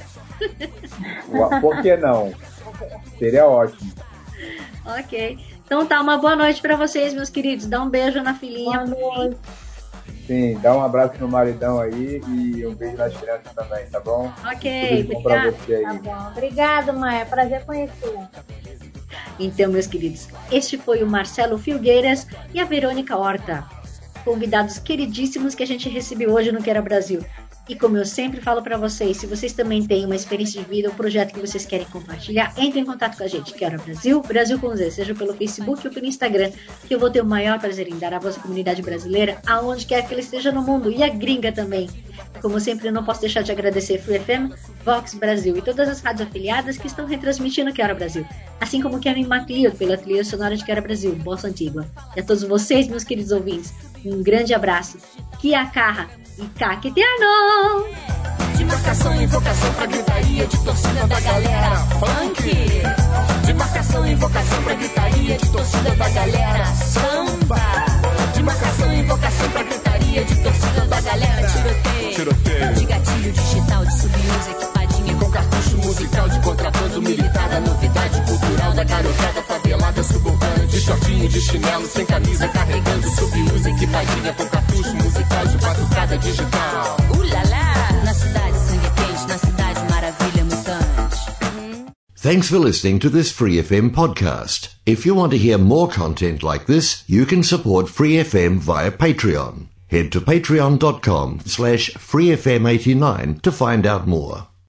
S5: Por que não? Seria ótimo.
S3: Ok. Então tá, uma boa noite para vocês, meus queridos. Dá um beijo na filhinha.
S4: Boa noite.
S5: Sim, dá um abraço no maridão aí e um beijo nas crianças também, tá bom?
S3: Ok,
S5: tudo bom pra você aí.
S4: Tá bom. Obrigado, Maia. Prazer conhecer.
S3: Então, meus queridos, este foi o Marcelo Filgueiras e a Verônica Horta, convidados queridíssimos que a gente recebeu hoje no Quero Brasil. E como eu sempre falo para vocês, se vocês também têm uma experiência de vida, um projeto que vocês querem compartilhar, entrem em contato com a gente, Quero Brasil, Brasil com Z, seja pelo Facebook ou pelo Instagram, que eu vou ter o maior prazer em dar a voz à comunidade brasileira, aonde quer que ela esteja no mundo, e a gringa também. Como sempre, eu não posso deixar de agradecer Free FM, Vox Brasil e todas as rádios afiliadas que estão retransmitindo Quero Brasil, assim como Kevin MacLeod pela trilha sonora de Quero Brasil, Bossa Antigua. E a todos vocês, meus queridos ouvintes, um grande abraço. Kia Carra e Caquetiano!
S6: De marcação e invocação pra gritaria de torcida da galera funk. De marcação e invocação pra gritaria de torcida da galera samba. De marcação e invocação pra gritaria de torcida da galera tiroteio. De gatilho digital, de sub-uso equipadinha com cartucho musical, de contrabando militar, da novidade cultural da garotada favelada suburbana, de shortinho, de chinelo, sem camisa, carregando sub-uso equipadinha com cartucho musical, de batucada digital. Ulala! Na cidade sangue quente, na cidade maravilha mutante.
S1: Thanks for listening to this Free FM podcast. If you want to hear more content like this, you can support Free FM via Patreon. Head to patreon.com/freefm89 to find out more.